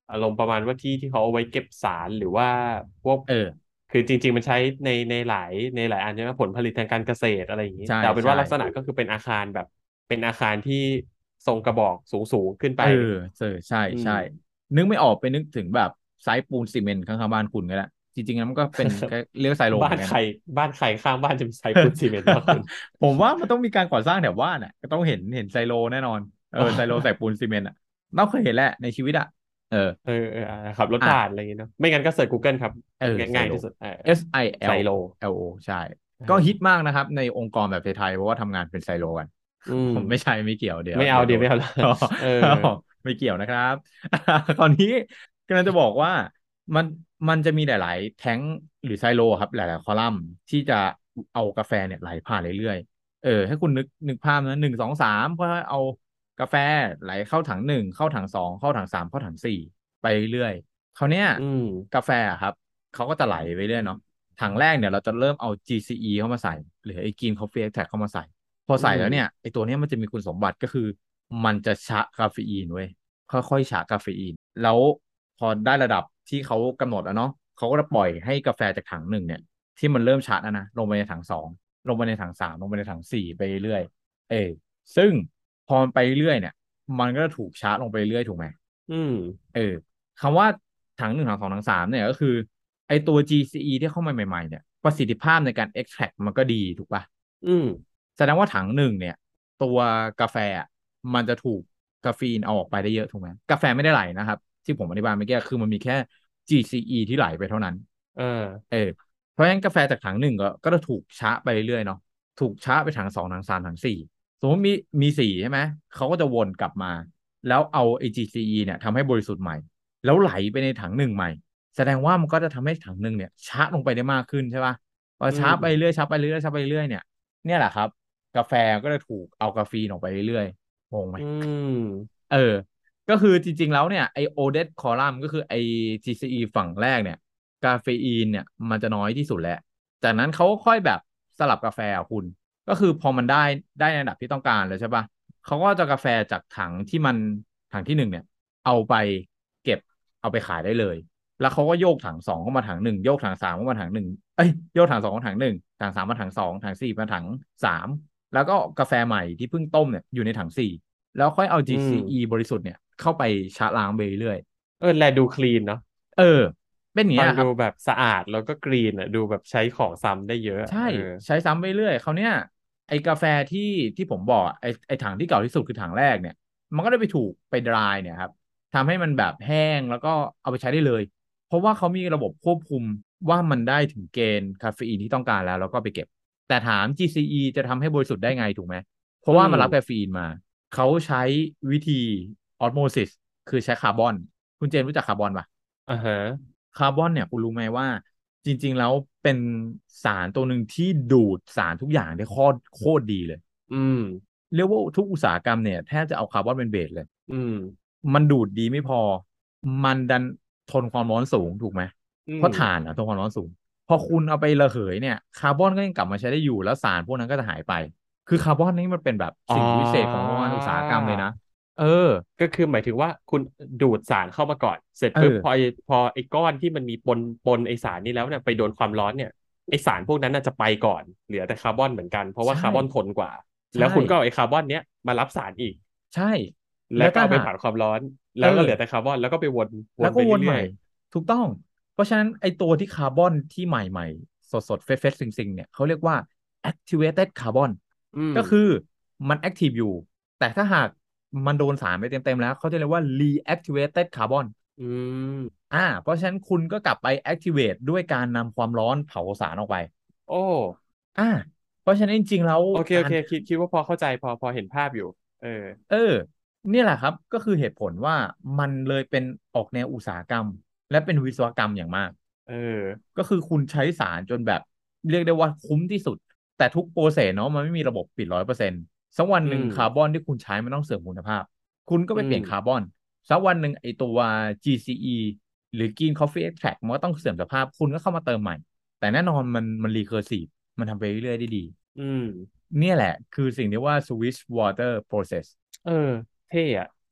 อารมณ์ประมาณว่าที่ที่เขาเอาไว้เก็บสารหรือว่าพวกเออคือจริงๆมันใช้ในในหลายในหลายอันใช่ไหมผลผลิตทางการเกษตรอะไรอย่างนี้ใช่แต่เอาเป็นใช่ว่าลักษณะก็คือเป็นอาคารแบบเป็นอาคารที่ทรงกระบอกสูงสูงขึ้นไปเออเออใช่อืมใช่นึกไม่ออกไปนึกถึงแบบไซส์ปูนซีเมนต์ข้างๆบ้านคุณก็ได้จริงๆแล้วมันก็เป็นแค่เรียกว่าไซโลบ้านใครเหมือนกันนะบ้านใครข้างบ้านจะมีไซปูนซีเมนต์ว่าคุณผมว่ามันต้องมีการก่อสร้างแถวบ้านอ่ะก็ต้องเห็นเห็นไซโลแน่นอนเออไซโลใส่ปูนซีเมนต์อ่ะเราเคยเห็นแหละในชีวิตอ่ะเออเออเอออ่าขับรถอ่ะผ่านอะไรอย่างเงี้ยเนาะไม่งั้นก็เสิร์ช Google ครับเออไซโลง่ายๆที่สุดเออ S I ไซ L โล L O ใช่เอก็ฮิตอมากนะครับในองค์กรแบบไทยๆเพราะว่าทำงานเป็นไซโลกันอืมผมไม่ใช่ไม่เกี่ยวเดี๋ยวไม่เอาเดี๋ยวโดนเดี๋ยวไม่เอาละอ๋อเออไม่เกี่ยวนะครับคราวนี้กำลังจะบอกว่ามันมันจะมีหลายๆแท้งหรือไซโลครับหลายๆคอลัมน์ที่จะเอากาแฟเนี่ยไหลผ่านเรื่อยๆเออให้คุณนึกนึกภาพนะหนึ่งสองสามก็เอากาแฟไหลเข้าถังหนึ่งเข้าถังสองเข้าถังสามเข้าถังสี่ไปเรื่อยๆคราวเนี้ยอืมกาแฟอะครับ เขาก็จะไหลไปเรื่อยเนาะถังแรกเนี่ยเราจะเริ่มเอา จี ซี อี เข้ามาใส่หรือไอ้ Green Coffee Extract เข้ามาใส่พออืมใส่แล้วเนี่ยไอ้ตัวเนี้ยมันจะมีคุณสมบัติก็คือมันจะชะคาเฟอีนเว้ยค่อยๆชะคาเฟอีนแล้วพอได้ระดับที่เขากำหนดแล้วเนาะเขาก็จะปล่อยให้กาแฟจากถังหนึ่งเนี่ยที่มันเริ่มชะแล้วนะลงไปในถังสองลงไปในถังสามลงไปในถังสี่ไปเรื่อยๆเออซึ่งพอมันไปเรื่อยเนี่ยมันก็จะถูกชะลงไปเรื่อยถูกไหมอืมเออคำว่าถังหนึ่งถังสองถังสามเนี่ยก็คือไอตัว จี ซี อี ที่เข้ามาใหม่ๆเนี่ยประสิทธิภาพในการ extract มันก็ดีถูกปะอืมแสดงว่าถังหนึ่งเนี่ยตัวกาแฟอะมันจะถูกกาแฟอีนเอาออกไปได้เยอะถูกไหมกาแฟไม่ได้ไหลนะครับที่ผมอธิบายเมื่อกี้คือมันมีแค่ จี ซี อี ที่ไหลไปเท่านั้นเออเออเพราะฉะนั้นกาแฟจากถังหนึ่งก็ก็จะถูกชะไปเรื่อยๆเนาะถูกชะไปถังสองถังสามถังสี่สมมติมีมีสี่ใช่ไหมเขาก็จะวนกลับมาแล้วเอาไอ จี ซี อี เนี่ยทำให้บริสุทธิ์ใหม่ แล้วไหลไปในถังหนึ่งใหม่แสดงว่ามันก็จะทำให้ถังหนึ่งเนี่ยชาร์จลงไปได้มากขึ้นใช่ป่ะพออืมชาร์จไปเรื่อยชาร์จไปเรื่อยชาร์จไปเรื่อยเนี่ยเนี่ยแหละครับกาแฟก็จะถูกเอากาแฟนออกไปเรื่อยๆงงไหมอืมเออก็คือจริงๆแล้วเนี่ยไอโอเดตคอลัมน์ก็คือไอ จี ซี อี ฝั่งแรกเนี่ยกาเฟอีนเนี่ยมันจะน้อยที่สุดแหละจากนั้นเขาก็ค่อยแบบสลับกาแฟอ่ะคุณก็คือพอมันได้ได้ในระดับที่ต้องการเลยใช่ป่ะเขาก็จะกาแฟจากถังที่มันถังที่หนึ่งเนี่ยเอาไปเก็บ เอาไปขายได้เลย แล้วเขาก็โยกถังสองเข้ามาถังหนึ่งโยกถังสามเข้ามาถังหนึ่งเอ้ยโยกถังสองเข้ามาถังหนึ่งถังสามมาถังสองถังสี่มาถังสามแล้วก็กาแฟใหม่ที่เพิ่งต้มเนี่ยอยู่ในถังสี่แล้วค่อยเอาอืมจี ซี อี บริสุทธิ์เนี่ยเข้าไปชะล้างไปเรื่อยเออแลดูคลีนเนาะเออเป็นอย่างฟัเงี้ยครับงดูแบบสะอาดแล้วก็กรีนอ่ะดูแบบใช้ของซ้ำได้เยอะอะใช่เออใช้ซ้ำไปเรื่อยเขาวเนี้ยไอกาแฟที่ที่ผมบอกอะไอไอถังที่เก่าที่สุดคือถังแรกเนี่ยมันก็ได้ไปถูกไปดรายเนี่ยครับทำให้มันแบบแห้งแล้วก็เอาไปใช้ได้เลยเพราะว่าเขามีระบบควบคุมว่ามันได้ถึงเกณฑ์คาเฟอีนที่ต้องการแล้วแล้วก็ไปเก็บแต่ถาม จี ซี อี จะทำให้บริสุทธิ์ได้ไงถูกไหมเพราะอืมว่ามันรับคาเฟอีนมาเขาใช้วิธีออสโมซิสคือใช้คาร์บอนคุณเจนรู้จักคาร์บอนปะอ่าฮะคาร์บอนเนี่ยคุณรู้ไหมว่าจริงๆแล้วเป็นสารตัวหนึ่งที่ดูดสารทุกอย่างได้โคตรโคตรดีเลยอืมเรียกว่าทุกอุตสาหกรรมเนี่ยแทบจะเอาคาร์บอนเป็นเบสเลยอืมมันดูดดีไม่พอมันดันทนความร้อนสูงถูกไหมอืมเพราะถ่านอ่ะทนความร้อนสูงพอคุณเอาไประเหยเนี่ยคาร์บอนก็ยังกลับมาใช้ได้อยู่แล้วสารพวกนั้นก็จะหายไปคือคาร์บอนนี่มันเป็นแบบอ๋อสิ่งวิเศษของโรงงานอุตสาหกรรมเลยนะเออก็คือหมายถึงว่าคุณดูดสารเข้ามาก่อนเสร็จเออปุ๊บพอไอ้พอไอ้ก้อนที่มันมีปนปนไอสารนี้แล้วเนี่ยไปโดนความร้อนเนี่ยไอสารพวกนั้นน่าจะไปก่อนเหลือแต่คาร์บอนเหมือนกันเพราะว่าใช่คาร์บอนทนกว่าใช่แล้วคุณก็เอาไอคาร์บอนเนี้ยมารับสารอีกใช่แล้แล้วก็วถ้าหากเอาไปผ่านความร้อนเออแล้วก็เหลือแต่คาร์บอนแล้วก็ไปวนวแล้วนไปก็วนใหม่เรื่อยถูกต้องเพราะฉะนั้นไอตัวที่คาร์บอนที่ใหม่ๆสดๆเฟสๆซิงๆเนี่ยเขาเรียกว่า activated carbon ๆอืมก็คือมัน active อยู่แต่ถ้าหากมันโดนสารไปเต็มๆแล้วเขาจะเรียกว่า reactivated carbon อืมอ่าเพราะฉะนั้นคุณก็กลับไป activate ด้วยการนำความร้อนเผาสารออกไปโอ้อ่าเพราะฉะนั้นจริงๆแล้วโอเคโอเคการคิดคิดว่าพอเข้าใจพอพอเห็นภาพอยู่เออเออเนี่ยแหละครับก็คือเหตุผลว่ามันเลยเป็นออกแนวอุตสาหกรรมและเป็นวิศวกรรมอย่างมากเออก็คือคุณใช้สารจนแบบเรียกได้ว่าคุ้มที่สุดแต่ทุกโปรเซสเนาะมันไม่มีระบบปิดร้อยเปอร์เซ็นต์สักวันหนึ่งอืมคาร์บอนที่คุณใช้มันต้องเสื่อมคุณภาพคุณก็อืมไปเปลี่ยนคาร์บอนสักวันหนึ่งไอตัว จี ซี อี หรือ Green Coffee Extract มันก็ต้องเสื่อมสภาพคุณก็เข้ามาเติมใหม่แต่แน่นอนมันมันรีเคอร์ซีฟมันทำไปเรื่อยๆได้ดีอืมเนี่ยแหละคือสิ่งที่ว่า Swiss Water Process เออเท่อะ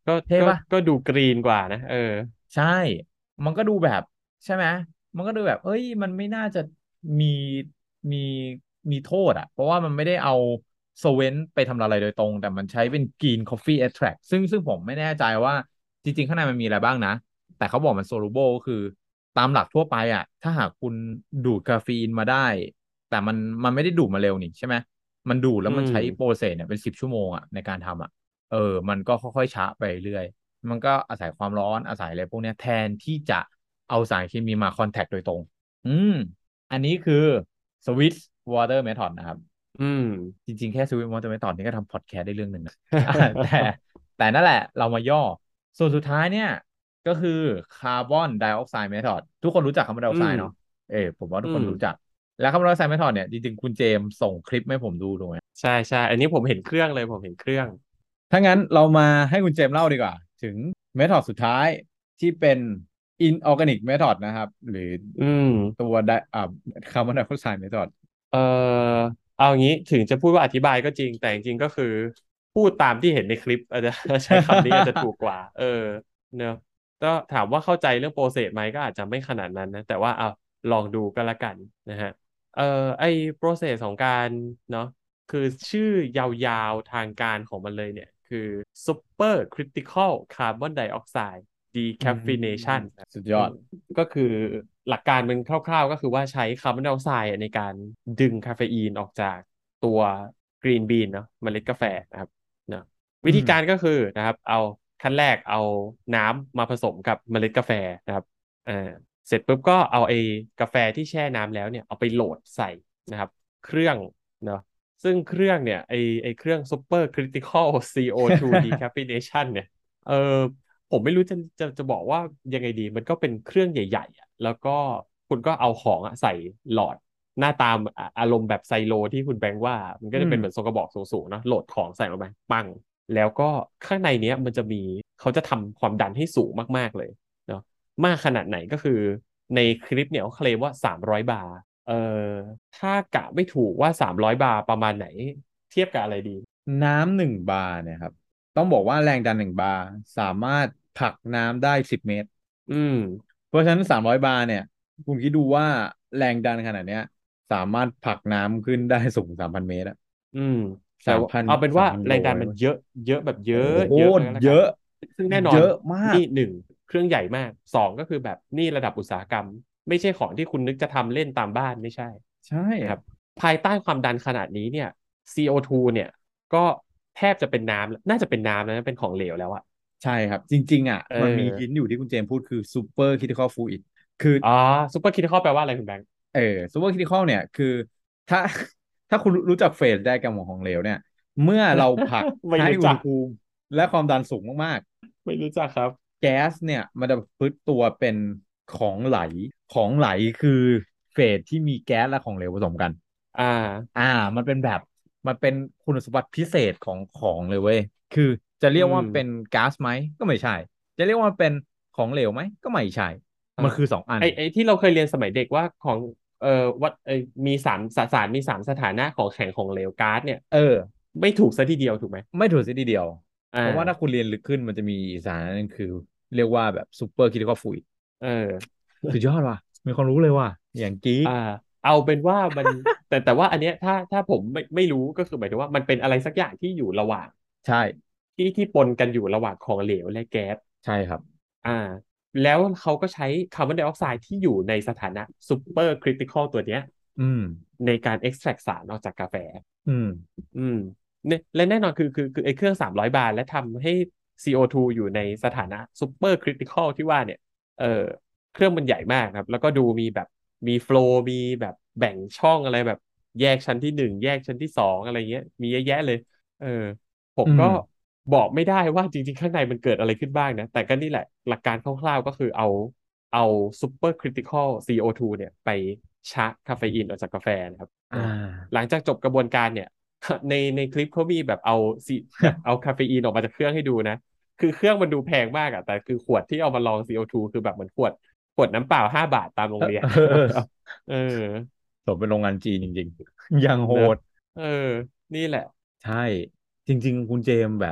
ก็ก็เท่ปะก็ดูกรีนกว่านะเออใช่ มันก็ดูแบบใช่ไหม มันก็ดูแบบเอ้ยมันไม่น่าจะมีมีมีโทษอ่ะเพราะว่ามันไม่ได้เอาโซเวนไปทำอะไรโดยตรง แต่มันใช้เป็น Green Coffee Extract ซึ่งซึ่งผมไม่แน่ใจว่าจริงๆข้างในมันมีอะไรบ้างนะ แต่เขาบอกมันโซลูโบก็คือตามหลักทั่วไปอ่ะถ้าหากคุณดูดคาเฟอีนมาได้ แต่มันมันไม่ได้ดูดมาเร็วนี่ใช่ไหม มันดูดแล้อืมวมันใช้โปรเซสเนี่ยเป็นสิบชั่วโมงอ่ะในการทำอ่ะเออมันก็ค่อยๆช้าไปเรื่อย มันก็อาศัยความร้อนอาศัยอะไรพวกเนี้ยแทนที่จะเอาสารเคมีมาคอนแทคโดยตรงอืมอันนี้คือ Swiss Water Method นะครับอืมจริงๆแค่ Swiss Water Method นี่ก็ทำพอดแคสต์ได้เรื่องหนึ่งนะอ่ะแต่แต่นั่นแหละเรามาย่อส่วนสุดท้ายเนี่ยก็คือคาร์บอนไดออกไซด์เมธอดทุกคนรู้จักคาร์บอนไดออืมอกไซด์เนาะเออผมว่าทุอืมกคนรู้จักแล้วคาร์บอนไดออกไซด์เมธอดเนี่ยจริงๆคุณเจมส์ส่งคลิปให้ผมดูถูกไหมใช่ใช่อันนี้ผมเห็นเครื่องเลยผมเห็นเครื่องถ้างั้นเรามาให้คุณเจมส์เล่าดีกว่าถึงเมธอดสุดท้ายที่เป็น inorganic method นะครับหรืออืมตัวไดอ่าคาร์บอนไดออกไซด์เมธอดเออเอางี้ถึงจะพูดว่าอธิบายก็จริงแต่จริงๆก็คือพูดตามที่เห็นในคลิปอาจจะใช้คำนี้อาจจะถูกกว่าเออเนอะก็ถามว่าเข้าใจเรื่องโปรเซสไหมก็อาจจะไม่ขนาดนั้นนะแต่ว่าเอาลองดูก็แล้วกันนะฮะเออไอโปรเซสของการเนาะคือชื่อยาวๆทางการของมันเลยเนี่ยคือ Super Critical Carbon Dioxide อื Decaffeination มสุดยอดอืม ก็คือหลักการมันคร่าวๆก็คือว่าใช้คาร์บอนไดออกไซด์ในการดึงคาเฟอีนออกจากตัวกรีนบีนเนาะเมล็ดกาแฟนะครับเนาะวิธีอืมการก็คือนะครับเอาขั้นแรกเอาน้ำมาผสมกับเมล็ดกาแฟนะครับอ่าเสร็จปุ๊บก็เอาไอ้กาแฟที่แช่น้ำแล้วเนี่ยเอาไปโหลดใส่นะครับเครื่องเนาะซึ่งเครื่องเนี่ยไอไอเครื่อง Super Critical ซี โอ ทู Decaffeination เนี่ยเออ ผมไม่รู้จะจะจะบอกว่ายังไงดีมันก็เป็นเครื่องใหญ่ๆอ่ะแล้วก็คุณก็เอาของอ่ะใส่หลอดหน้าตามอ่ะอารมณ์แบบไซโลที่คุณแบงค์ว่ามันก็อืมจะเป็นเหมือนทรงกระบอกสูงๆเนอะโหลดของใส่ลงไปปังแล้วก็ข้างในเนี้ยมันจะมีเขาจะทำความดันให้สูงมากๆเลยเนาะมากขนาดไหนก็คือในคลิปเนี่ยเขาเคลมว่าสามร้อยบาร์เอ่อถ้ากะไม่ถูกว่าสามร้อยบาร์ประมาณไหนเทียบกับอะไรดีน้ำหนึ่งบาร์เนี่ยครับต้องบอกว่าแรงดันหนึ่งบาร์สามารถผลักน้ำได้สิบเมตรอืมเพราะฉะนั้นสามร้อยบาร์เนี่ยคุณคิดดูว่าแรงดันขนาดเนี้ยสามารถผลักน้ำขึ้นได้สูงสามพันเมตรอะอืมแต่ว่าสามพันเอาเป็นว่าสามพันโลแรงดันเลยมันเยอะเยอะแบบเยอะโอ้โหเยอะเลยแล้วกันเยอะซึ่งแน่นอนเยอะมากนี่หนึ่งเครื่องใหญ่มากสองก็คือแบบนี่ระดับอุตสาหกรรมไม่ใช่ของที่คุณนึกจะทำเล่นตามบ้านไม่ใช่ใช่นะครับภายใต้ความดันขนาดนี้เนี่ย ซี โอ ทู เนี่ยก็แทบจะเป็นน้ำน่าจะเป็นน้ำแล้วนะเป็นของเหลวแล้วอะใช่ครับจริงๆอ่ะเอมันมีหินออยู่ที่คุณเจมส์พูดคือ super critical fluid คืออ๋อซูเปอร์คิดข้อแปลว่าอะไรคุณแบงค์เออ super critical เนี่ยคือถ้าถ้าคุณรู้จักเฟสไดอะแกรมของของเหลวเนี่ยเมื่อเราผลักไม่ให้รู้จักอุณหภูมิและความดันสูงมากไม่รู้จักครับๆแก๊สเนี่ยมันจะพลิกตัวเป็นของไหลของไหลคือเฟสที่มีแก๊สและของเหลวผสมกันอ่าอ่ามันเป็นแบบมันเป็นคุณสมบัติพิเศษของของเลยเว้ยคือจะเรีอืยกว่ามเป็นก๊าซไหมก็ไม่ใช่จะเรียกว่าเป็นของเหลวไหมก็ไม่ใช่อ่ามันคือสองอันไอไอที่เราเคยเรียนสมัยเด็กว่าของเอ่อวัดเอยมีสามสสารมีสามสถานะของแข็งของเหลวก๊าซเนี่ยเออไม่ถูกซะทีเดียวถูกไหมไม่ถูกสิทีเดียวอ่เพราะว่าถ้าคุณาเรียนลึกขึ้นมันจะมีสารนั้นคือเรียกว่าแบบซูเปอร์คริติคอลฟลูอิดเออสุดยอดว่ะมีความรู้เลยว่ะอย่างกิ๊กอ่าเอาเป็นว่ามันแต่แต่ว่าอันเนี้ยถ้าถ้าผมไม่ไม่รู้ก็คือหมายถึงว่ามันเป็นอะไรสักอย่างที่อยู่ระหว่างใช่ที่ที่ปนกันอยู่ระหว่างของเหลวและแก๊สใช่ครับอ่าแล้วเขาก็ใช้คาร์บอนไดออกไซด์ที่อยู่ในสถานะซูเปอร์คริติคอลตัวเนี้ยอืมในการ extract สารออกจากกาแฟอืมอืมเนี่ยและแน่นอนคือคือคือไอ้เครื่องสามร้อยบาร์และทำให้ ซี โอ ทู อยู่ในสถานะซูเปอร์คริติคอลที่ว่าเนี่ยเออเครื่องมันใหญ่มากครับแล้วก็ดูมีแบบมีโฟลว์มีแบบแบ่งช่องอะไรแบบแยกชั้นที่หนึ่งแยกชั้นที่สองอะไรเงี้ยมีเยอะแยะเลยเออผมก็อืมบอกไม่ได้ว่าจริงๆข้างในมันเกิดอะไรขึ้นบ้างนะแต่ก็นี่แหละหลักการคร่าวๆก็คือเอาเอาซูเปอร์คริติคอล ซี โอ ทู เนี่ยไปชะคาเฟอีนออกจากกาแฟนะครับอ่นะหาลังจากจบกระบวนการเนี่ย ในในคลิปเขามีแบบเอาซีแบบเอาคาเฟอีนออกมาจากเครื่องให้ดูนะคือเครื่องมันดูแพงมากอะแต่คือขวดที่เอามาลอง ซี โอ ทู คือแบบเหมือนขวดขวดน้ำเปล่าห้าบาทตามโรงเรียนเออเออสมเป็นโรงงานจีนจริงๆ ยังโหเนอะดเออนี่แหละใช่ จริงๆ คุณเจมส์แบบ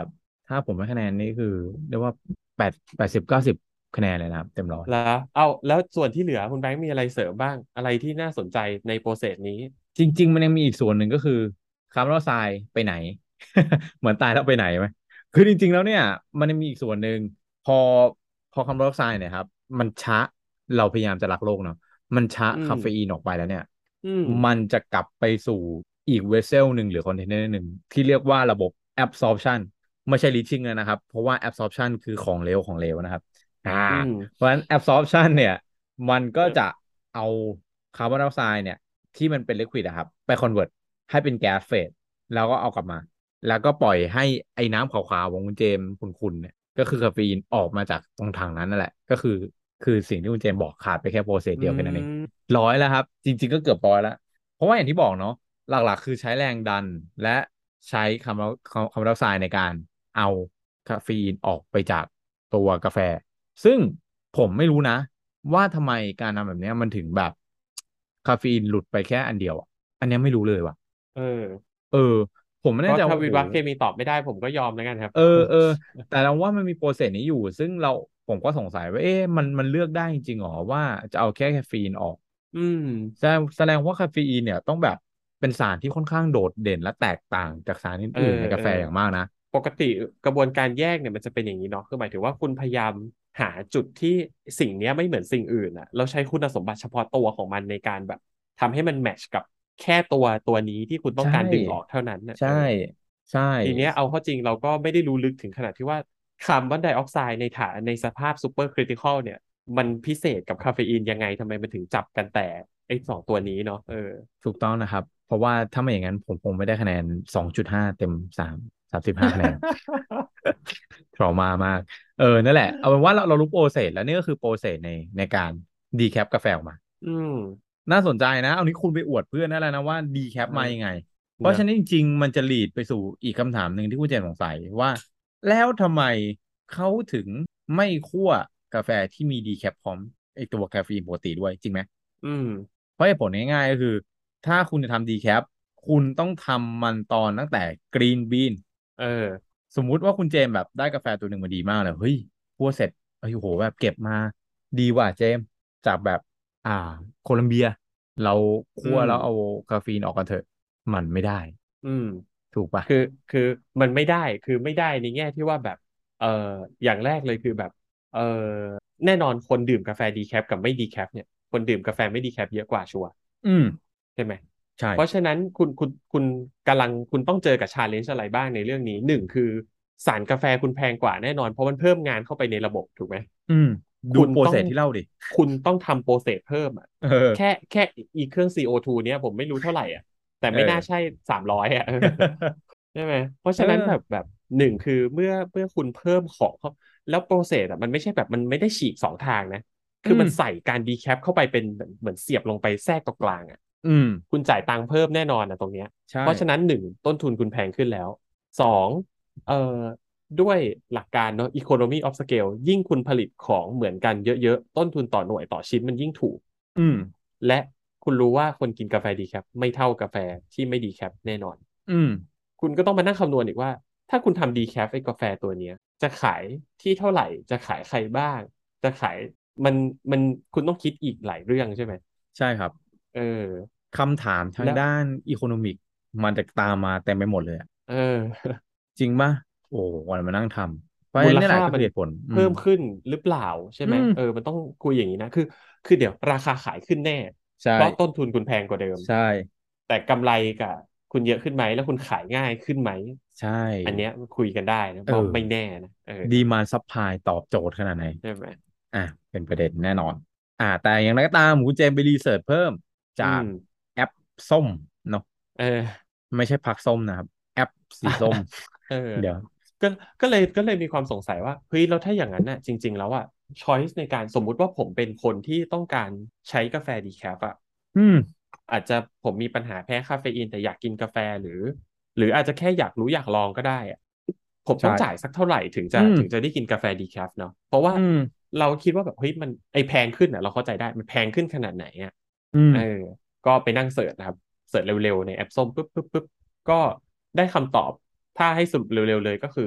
ถ้าผมให้คะแนนนี่คือเรียกว่าแปดแปดสิบเก้าสิบคะแนนเลยนะครับเต็มร้อยแล้วเอาแล้วส่วนที่เหลือคุณแบงค์มีอะไรเสริมบ้างอะไรที่น่าสนใจในโปรเซสนี้จริงๆมันยังมีอีกส่วนหนึ่งก็คือคาร์บอนไดออกไซด์ไปไหนเหมือนตายแล้วไปไหนไหมคือจริงๆแล้วเนี่ยมันยังมีอีกส่วนหนึ่งพอพอคาร์บอนไดออกไซด์เนี่ยครับมันชะเราพยายามจะรักโลกเนาะมันชะอืมคาเฟอีนออกไปแล้วเนี่ยอืมมันจะกลับไปสู่อีกเวสเซลหนึ่งหรือคอนเทนเนอร์หนึ่งที่เรียกว่าระบบ absorption ไม่ใช่ leaching แล้วนะครับเพราะว่า absorption คือของเหลวของเหลวนะครับอ่าอืมเพราะฉะนั้น absorption เนี่ยมันก็จะเอาคาร์บอนไดออกไซด์เนี่ย ที่มันเป็นลิควิดอะครับไปคอนเวิร์ตให้เป็นแก๊สเฟสแล้วก็เอากลับมาแล้วก็ปล่อยให้ไอ้น้ำขาวๆของคุณเจมส์คุณๆเนี่ยก็คือคาเฟอีนออกมาจากตรงถังนั้นนั่นแหละก็คือคือสิ่งที่คุณเจมส์บอกขาดไปแค่โปรเซสอืเดียวแค่นั้นเองมร้อยแล้วครับจริงๆก็เกือบร้อยแล้วเพราะว่าอย่างที่บอกเนาะหลักๆคือใช้แรงดันและใช้คาร์บอนคาร์บอนไดออกไซด์ในการเอาคาเฟอีนออกไปจากตัวกาแฟซึ่งผมไม่รู้นะว่าทำไมการทำแบบเนี้ยมันถึงแบบคาเฟอีนหลุดไปแค่อันเดียวอะ อันเนี้ยไม่รู้เลยว่ะเออเออผมไม่แน่ก็ใจว่าโอ้โหถ้าวิศวะเคมีตอบไม่ได้ผมก็ยอมแล้วกันครับเออเออแต่เราว่ามันมีโปรเซสนี้อยู่ซึ่งเราผมก็สงสัยว่าเอ๊ะมันมันเลือกได้จริงๆหรอว่าจะเอาแค่คาเฟอีนออกอืมแสดงแสดงว่าคาเฟอีนเนี่ยต้องแบบเป็นสารที่ค่อนข้างโดดเด่นและแตกต่างจากสารเอออื่นๆในกาเออแฟอย่างมากนะปกติกระบวนการแยกเนี่ยมันจะเป็นอย่างนี้เนาะคือหมายถึงว่าคุณพยายามหาจุดที่สิ่งเนี้ยไม่เหมือนสิ่งอื่นอ่ะเราใช้คุณสมบัติเฉพาะตัวของมันในการแบบทำให้มันแมทช์กับแค่ตัวตัวนี้ที่คุณต้องใช่การดึงออกเท่านั้นน่ะใช่เออใช่ทีเนี้ยเอาเข้าจริงเราก็ไม่ได้รู้ลึกถึงขนาดที่ว่าคาร์บอนไดออกไซด์ในฐานในสภาพซูเปอร์คริติคอลเนี่ยมันพิเศษกับคาเฟอีนยังไงทำไมมันถึงจับกันแต่ไอ้สองตัวนี้เนาะเออถูกต้องนะครับเพราะว่าถ้าไม่อย่างนั้นผมคงไม่ได้คะแนนสองจุดห้าเต็มสามสามสิบห้าคะแนน ทรมามากเออนั่นแหละเอาเป็นว่าเราเรารู้โปรเซสแล้วนี่ก็คือโปรเซสในในการดีแคปกาแฟออกมาอืมน่าสนใจนะเอานี้คุณไปอวดเพื่อนนั่นแหละนะว่าดีแคปเออมายังไงเพราะเนอะฉะนั้นจริงๆมันจะลีดไปสู่อีกคำถามหนึ่งที่คุณเจนสงสัยว่าแล้วทำไมเขาถึงไม่คั่วกาแฟที่มีดีแคปพร้อมไอตัวคาเฟอีนปกติด้วยจริงไหมอืมเพราะเหตุผลง่ายๆก็คือถ้าคุณจะทำดีแคปคุณต้องทำมันตอนตั้งแต่กรีนบีนเออสมมุติว่าคุณเจมส์แบบได้กาแฟตัวหนึ่งมาดีมากเลยเฮ้ยคั่วเสร็จเอ้ยโหแบบเก็บมาดีว่ะเจมส์จากแบบอ่าโคลัมเบียเราอืคั่วมแล้วเอาคาเฟอีนออกกันเถอะมันไม่ได้อืมถูกปะคือคือมันไม่ได้คือไม่ได้ในแง่ที่ว่าแบบเอออย่างแรกเลยคือแบบเออแน่นอนคนดื่มกาแฟดีแคปกับไม่ดีแคปเนี่ยคนดื่มกาแฟไม่ดีแคปเยอะกว่าชัวร์อืมใช่ไหมใช่เพราะฉะนั้นคุณคุณคุณกำลังคุณต้องเจอกับชาเลนจ์อะไรบ้างในเรื่องนี้หนึ่งคือสารกาแฟคุณแพงกว่าแน่นอนเพราะมันเพิ่มงานเข้าไปในระบบถูกไหมอืมดูโปรเซคุณต้องสที่เล่าดิคุณต้องทำโปรเซสเพิ่มอ่ะเออแค่แค่อีเครื่อง ซี โอ ทู เนี้ยผมไม่รู้เท่าไหร่อ่ะแต่เอไม่น่าใช่อสามร้อยอ่ะเออ ใช่ไหมเพราะเอฉะนั้นแบบอแบบหนึ่งคือเมื่อเมื่อคุณเพิ่มของเขาแล้วโปรเซสอ่ะมันไม่ใช่แบบมันไม่ได้ฉีกสองทางนะอืมคือมันใส่การดีแคปเข้าไปเป็นเหมือนเหมือนเสียบลงไปแทรกตรงกลางอ่ะอืมคุณจ่ายตังค์เพิ่มแน่นอนนะตรงเนี้ยใช่เพราะฉะนั้นหนึ่งต้นทุนคุณแพงขึ้นแล้วสองเอ่อด้วยหลักการเนาะ economy of scale ยิ่งคุณผลิตของเหมือนกันเยอะๆต้นทุนต่อหน่วยต่อชิ้นมันยิ่งถูกอืมและคุณรู้ว่าคนกินกาแฟดีแคปไม่เท่ากาแฟที่ไม่ดีแคปแน่นอนอืมคุณก็ต้องมานั่งคำนวณอีกว่าถ้าคุณทำดีแคปไอ้กาแฟตัวเนี้ยจะขายที่เท่าไหร่จะขายใครบ้างจะขายมันมันคุณต้องคิดอีกหลายเรื่องใช่ไหมใช่ครับเออคำถามทางแล้วด้านอีโคโนมิกมันจะตามมาเต็มไปหมดเลยอะเออจริงปะโอ้วันมานั่งทำเพราะฉะมูนั้นนี่แหละลค่ามันก็คือเหตุผลอืมเพิ่มขึ้นหรือเปล่าใช่ไหมอืมเออมันต้องคุยอย่างนี้นะคือคือเดี๋ยวราคาขายขึ้นแน่ใช่เพราะต้นทุนคุณแพงกว่าเดิมใช่แต่กำไรกับคุณเยอะขึ้นไหมแล้วคุณขายง่ายขึ้นไหมใช่อันเนี้ยคุยกันได้นะเออว่าไม่แน่นะเออดีมานซัพพลายตอบโจทย์ขนาดไหนใช่ไหมอ่ะเป็นประเด็นแน่นอนอ่าแต่อย่างไรก็ตามคุณเจมส์ไปรีเสิร์ชเพิ่มจากอืมแอปส้มเนาะเออไม่ใช่ผักส้มนะครับแอปสีส้มเออเดี๋ยวก็ก็เลยก็เลยมีความสงสัยว่าเฮ้ยแล้วถ้าอย่างนั้นน่ะจริงๆแล้วอ่ะช้อยส์ในการสมมุติว่าผมเป็นคนที่ต้องการใช้กาแฟดีแคฟอ่ะอืมอาจจะผมมีปัญหาแพ้คาเฟอีนแต่อยากกินกาแฟหรือหรืออาจจะแค่อยากรู้อยากลองก็ได้อ่ะผมต้องจ่ายใช่สักเท่าไหร่ถึงจะอืมถึงจะได้กินกาแฟดีแคฟเนาะเพราะว่าอืมเราคิดว่าแบบเฮ้ยมันไอแพงขึ้นอ่ะเราเข้าใจได้มันแพงขึ้นขนาดไหนอ่ะอืมเออก็ไปนั่งเสิร์ชนะครับเสิร์ชเร็วๆในแอปส้มปุ๊บปุ๊บปุ๊บก็ได้คำตอบ ถ้าให้สรุปเร็วๆเลยก็คือ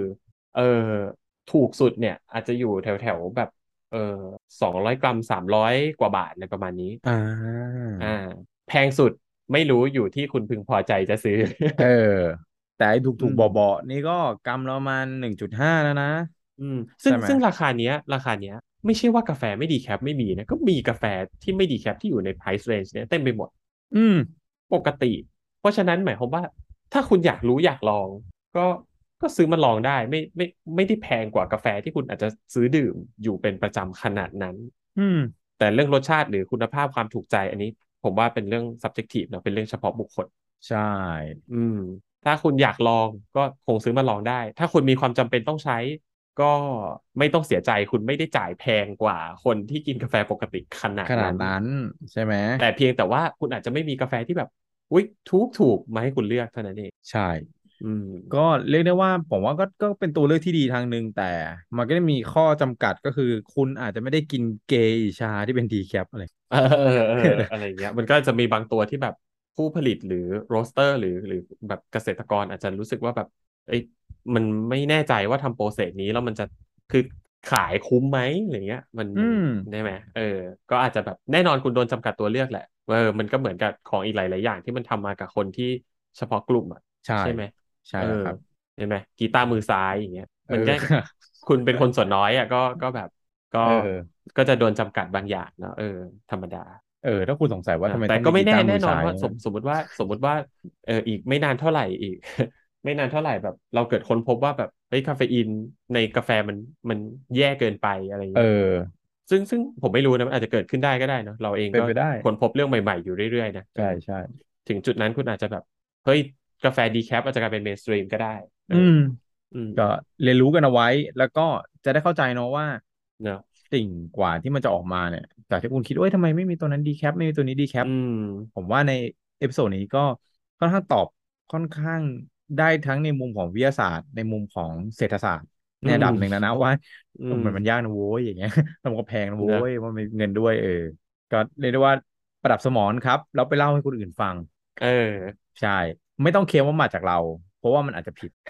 เออถูกสุดเนี่ยอาจจะอยู่แถวแถวแบบเออสองร้อยกรัมสามร้อยกว่าบาทอะไรประมาณนี้อ่าอ่าแพงสุดไม่รู้อยู่ที่คุณพึงพอใจจะซื้อเออแต่ไอ้อืถูกๆมเบาๆนี่ก็กรัมละประมาณหนึ่งจุดห้าแล้วนะอืมซึ่ใช่ไหมงซึ่งราคาเนี้ยราคาเนี้ยไม่ใช่ว่ากาแฟไม่ดีแคปไม่มีนะก็มีกาแฟที่ไม่ดีแคปที่อยู่ใน price range เนี้ยเต็มไปหมดอืมปกติเพราะฉะนั้นหมายความว่าถ้าคุณอยากรู้อยากลองก็ก็ซื้อมาลองได้ไม่ไม่ไม่ได้แพงกว่ากาแฟที่คุณอาจจะซื้อดื่มอยู่เป็นประจำขนาดนั้นอืมแต่เรื่องรสชาติหรือคุณภาพความถูกใจอันนี้ผมว่าเป็นเรื่อง subjective เนอะเป็นเรื่องเฉพาะบุคคลใช่อืมถ้าคุณอยากลองก็คงซื้อมาลองได้ ถ้าคุณมีความจำเป็นต้องใช้ก็ไม่ต้องเสียใจคุณไม่ได้จ่ายแพงกว่าคนที่กินกาแฟปกติขนาดขนาดนั้นนั้นใช่ไหมแต่เพียงแต่ว่าคุณอาจจะไม่มีกาแฟที่แบบอุ๊ยถูกถูกมาให้คุณเลือกเท่านั้นเองใช่อืมก็เรียกได้ว่าผมว่าก็ก็เป็นตัวเลือกที่ดีทางหนึ่งแต่มันก็ได้มีข้อจำกัดก็คือคุณอาจจะไม่ได้กินเกย์ชาที่เป็นดีแคปอะไรเออเออเอออะไรอย่างเงี้ยมันก็จะมีบางตัวที่แบบผู้ผลิตหรือโรสเตอร์หรือหรือแบบเกษตรกรอาจจะรู้สึกว่าแบบเอ้ยมันไม่แน่ใจว่าทำโปรเซสนี้แล้วมันจะคือขายคุ้มไหมอะไรเงี้ยมันอืมันมได้ไหมเออก็อาจจะแบบแน่นอนคุณโดนจำกัดตัวเลือกแหละเออมันก็เหมือนกับของอีกหลายๆอย่างที่มันทำมากับคนที่เฉพาะกลุ่มอ่ะใช่ใช่ไหมใช่เออแล้วครับใช่ไหมกีตาร์มือซ้ายอย่างเงี้ยเอมันก็อคุณเป็นคนส่วนน้อยอ่ะก็ก็แบบก็เออก็จะโดนจำกัดบางอย่างเนาะเออธรรมดาเออถ้าคุณสงสัยว่าอ่าทำไมแต่ก็ไม่แน่ต้องมีกีตาร์มือซ้ายแน่นอนว่าสมสมมติว่าสมมติว่าเอออีกไม่นานเท่าไหร่อีกไม่นานเท่าไหร่แบบเราเกิดค้นพบว่าแบบเฮ้ยคาเฟอีนในกาแฟมันมันแย่เกินไปอะไรเออเงี้ยซึ่งซึ่งผมไม่รู้นะมันอาจจะเกิดขึ้นได้ก็ได้เนาะเราเองก็เป็นไปได้ค้นพบเรื่องใหม่ๆอยู่เรื่อยๆนะเออใช่ใช่ถึงจุดนั้นคุณอาจจะแบบเฮ้ยกาแฟดีแคปอาจจะกลายเป็นเมนสตรีมก็ได้เอออืมอืมก็เรียนรู้กันเอาไว้แล้วก็จะได้เข้าใจเนอะว่าเนาะสิ่งกว่าที่มันจะออกมาเนี่ยจากที่คุณคิดว่าเอ้ยทำไมไม่มีตัวนั้นดีแคปไม่มีตัวนี้ดีแคปอืมผมว่าในเอพิโซดนี้ก็ค่อนข้างตอบค่อนข้างได้ทั้งในมุมของวิทยาศาสตร์ในมุมของเศรษฐศาสตร์อืในระดับหนึ่งนะมนะว่าอืมเออมันมันยากนะโว้ยอย่างเงี้ยแต่มันก็แพงนะโว้เนาะยว่ามันมีเงินด้วยเออก็เรียกได้ว่าประดับสมรครับแล้วไปเล่าให้คนอื่นฟังเออใช่ไม่ต้องเคลมว่ามาจากเราเพราะว่ามันอาจจะผิด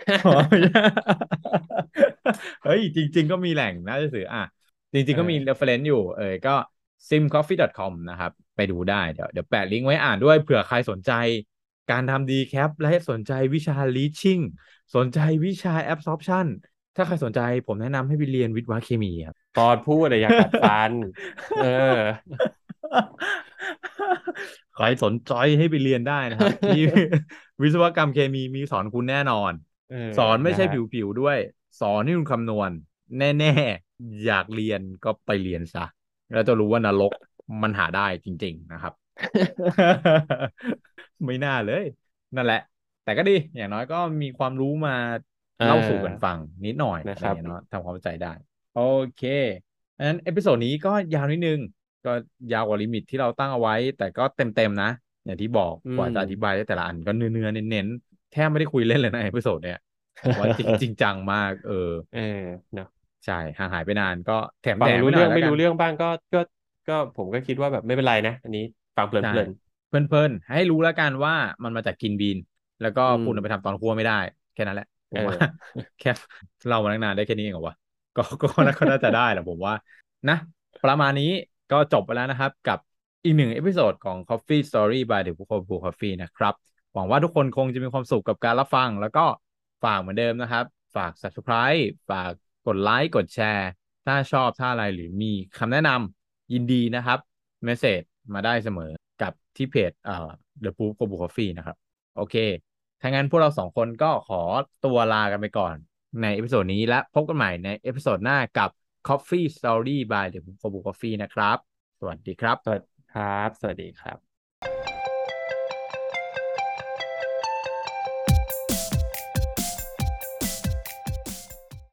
เฮ้ยจริงๆก็มีแหล่งน่าจะถืออ่ะจริงๆก็มีเออ reference อยู่เออก็ ซิม คอฟฟี่ ดอท คอม นะครับไปดูได้เดี๋ยวเดี๋ยวแปะลิงก์ไว้อ่านด้วยเผื่อใครสนใจการทำ ดี แคป และสนใจวิชา ลีชชิ่ง สนใจวิชา แอบซอร์ปชัน ถ้าใครสนใจผมแนะนำให้ไปเรียนวิศวะเคมีครับตอนพูดอะอย่ากัดฟันเออใครสนใจให้ไปเรียนได้นะครับที่วิศวกรรมเคมีมีสอนคุณแน่นอนเออสอนไม่นะฮะใช่ผิวๆด้วยสอนให้คุณคำนวณแน่ๆอยากเรียนก็ไปเรียนซะแล้วจะรู้ว่านรกมันหาได้จริงๆนะครับ ไม่น่าเลยนั่นแหละแต่ก็ดีอย่างน้อยก็มีความรู้มาเอเล่าสู่กันอฟังนิดหน่อยนะครับอะไรอย่างเงี้ยเนาะทำความเข้าใจได้โอเคอันนั้นเอพิโซดนี้ก็ยาวนิดนึงก็ยาวกว่าลิมิตที่เราตั้งเอาไว้แต่ก็เต็มเต็มนะอย่างที่บอกอืมกว่าจะอธิบายได้แต่ละอันก็เนื้อเนื้อเน้นเน้นๆแทบไม่ได้คุยเล่นเลยนะเอพิโซดเนี้ยว่าจริงจริ งจังมากเออเออเนาะใช่ห่างหายไปนานก็แถมฟังแถมรู้เรื่องไม่ไม่หน่อยแล้วกันรู้เรื่องบ้างก็ก็ก็ผมก็คิดว่าแบบไม่เป็นไรนะอันนี้ฟังเพใช่ลินเพลินๆให้รู้แล้วกันว่ามันมาจากกินบีนแล้วก็ๆอืมคุณเอาไปทำตอนคั่วไม่ได้แค่นั้นแหละผเอมว่าอแค่เล่ามาตั้งนานได้แค่นี้เองเหรอวะก็ก็น่าก็น่าจะได้แหละผมว่านะประมาณนี้ก็จบไปแล้วนะครับกับอีกหนึ่งเอพิโซดของ Coffee Story by The Book of Blue Coffee นะครับหวังว่าทุกคนคงจะมีความสุขกับการรับฟังแล้วก็ฝากเหมือนเดิมนะครับฝาก ซับสไครบ์ ฝากกดไลค์กดแชร์ถ้าชอบถ้าอะไรหรือมีคำแนะนำยินดีนะครับเมสเสจมาได้เสมอ กับที่เพจเอ่อ The Proof of Book Coffee นะครับโอเคถ้างั้นพวกเราสองคนก็ขอตัวลากันไปก่อนในเอพิโซดนี้และพบกันใหม่ในเอพิโซดหน้ากับ Coffee Story by The Book of Book Coffee นะครับสวัสดีครับสวัสดีครับสวัสดีครับ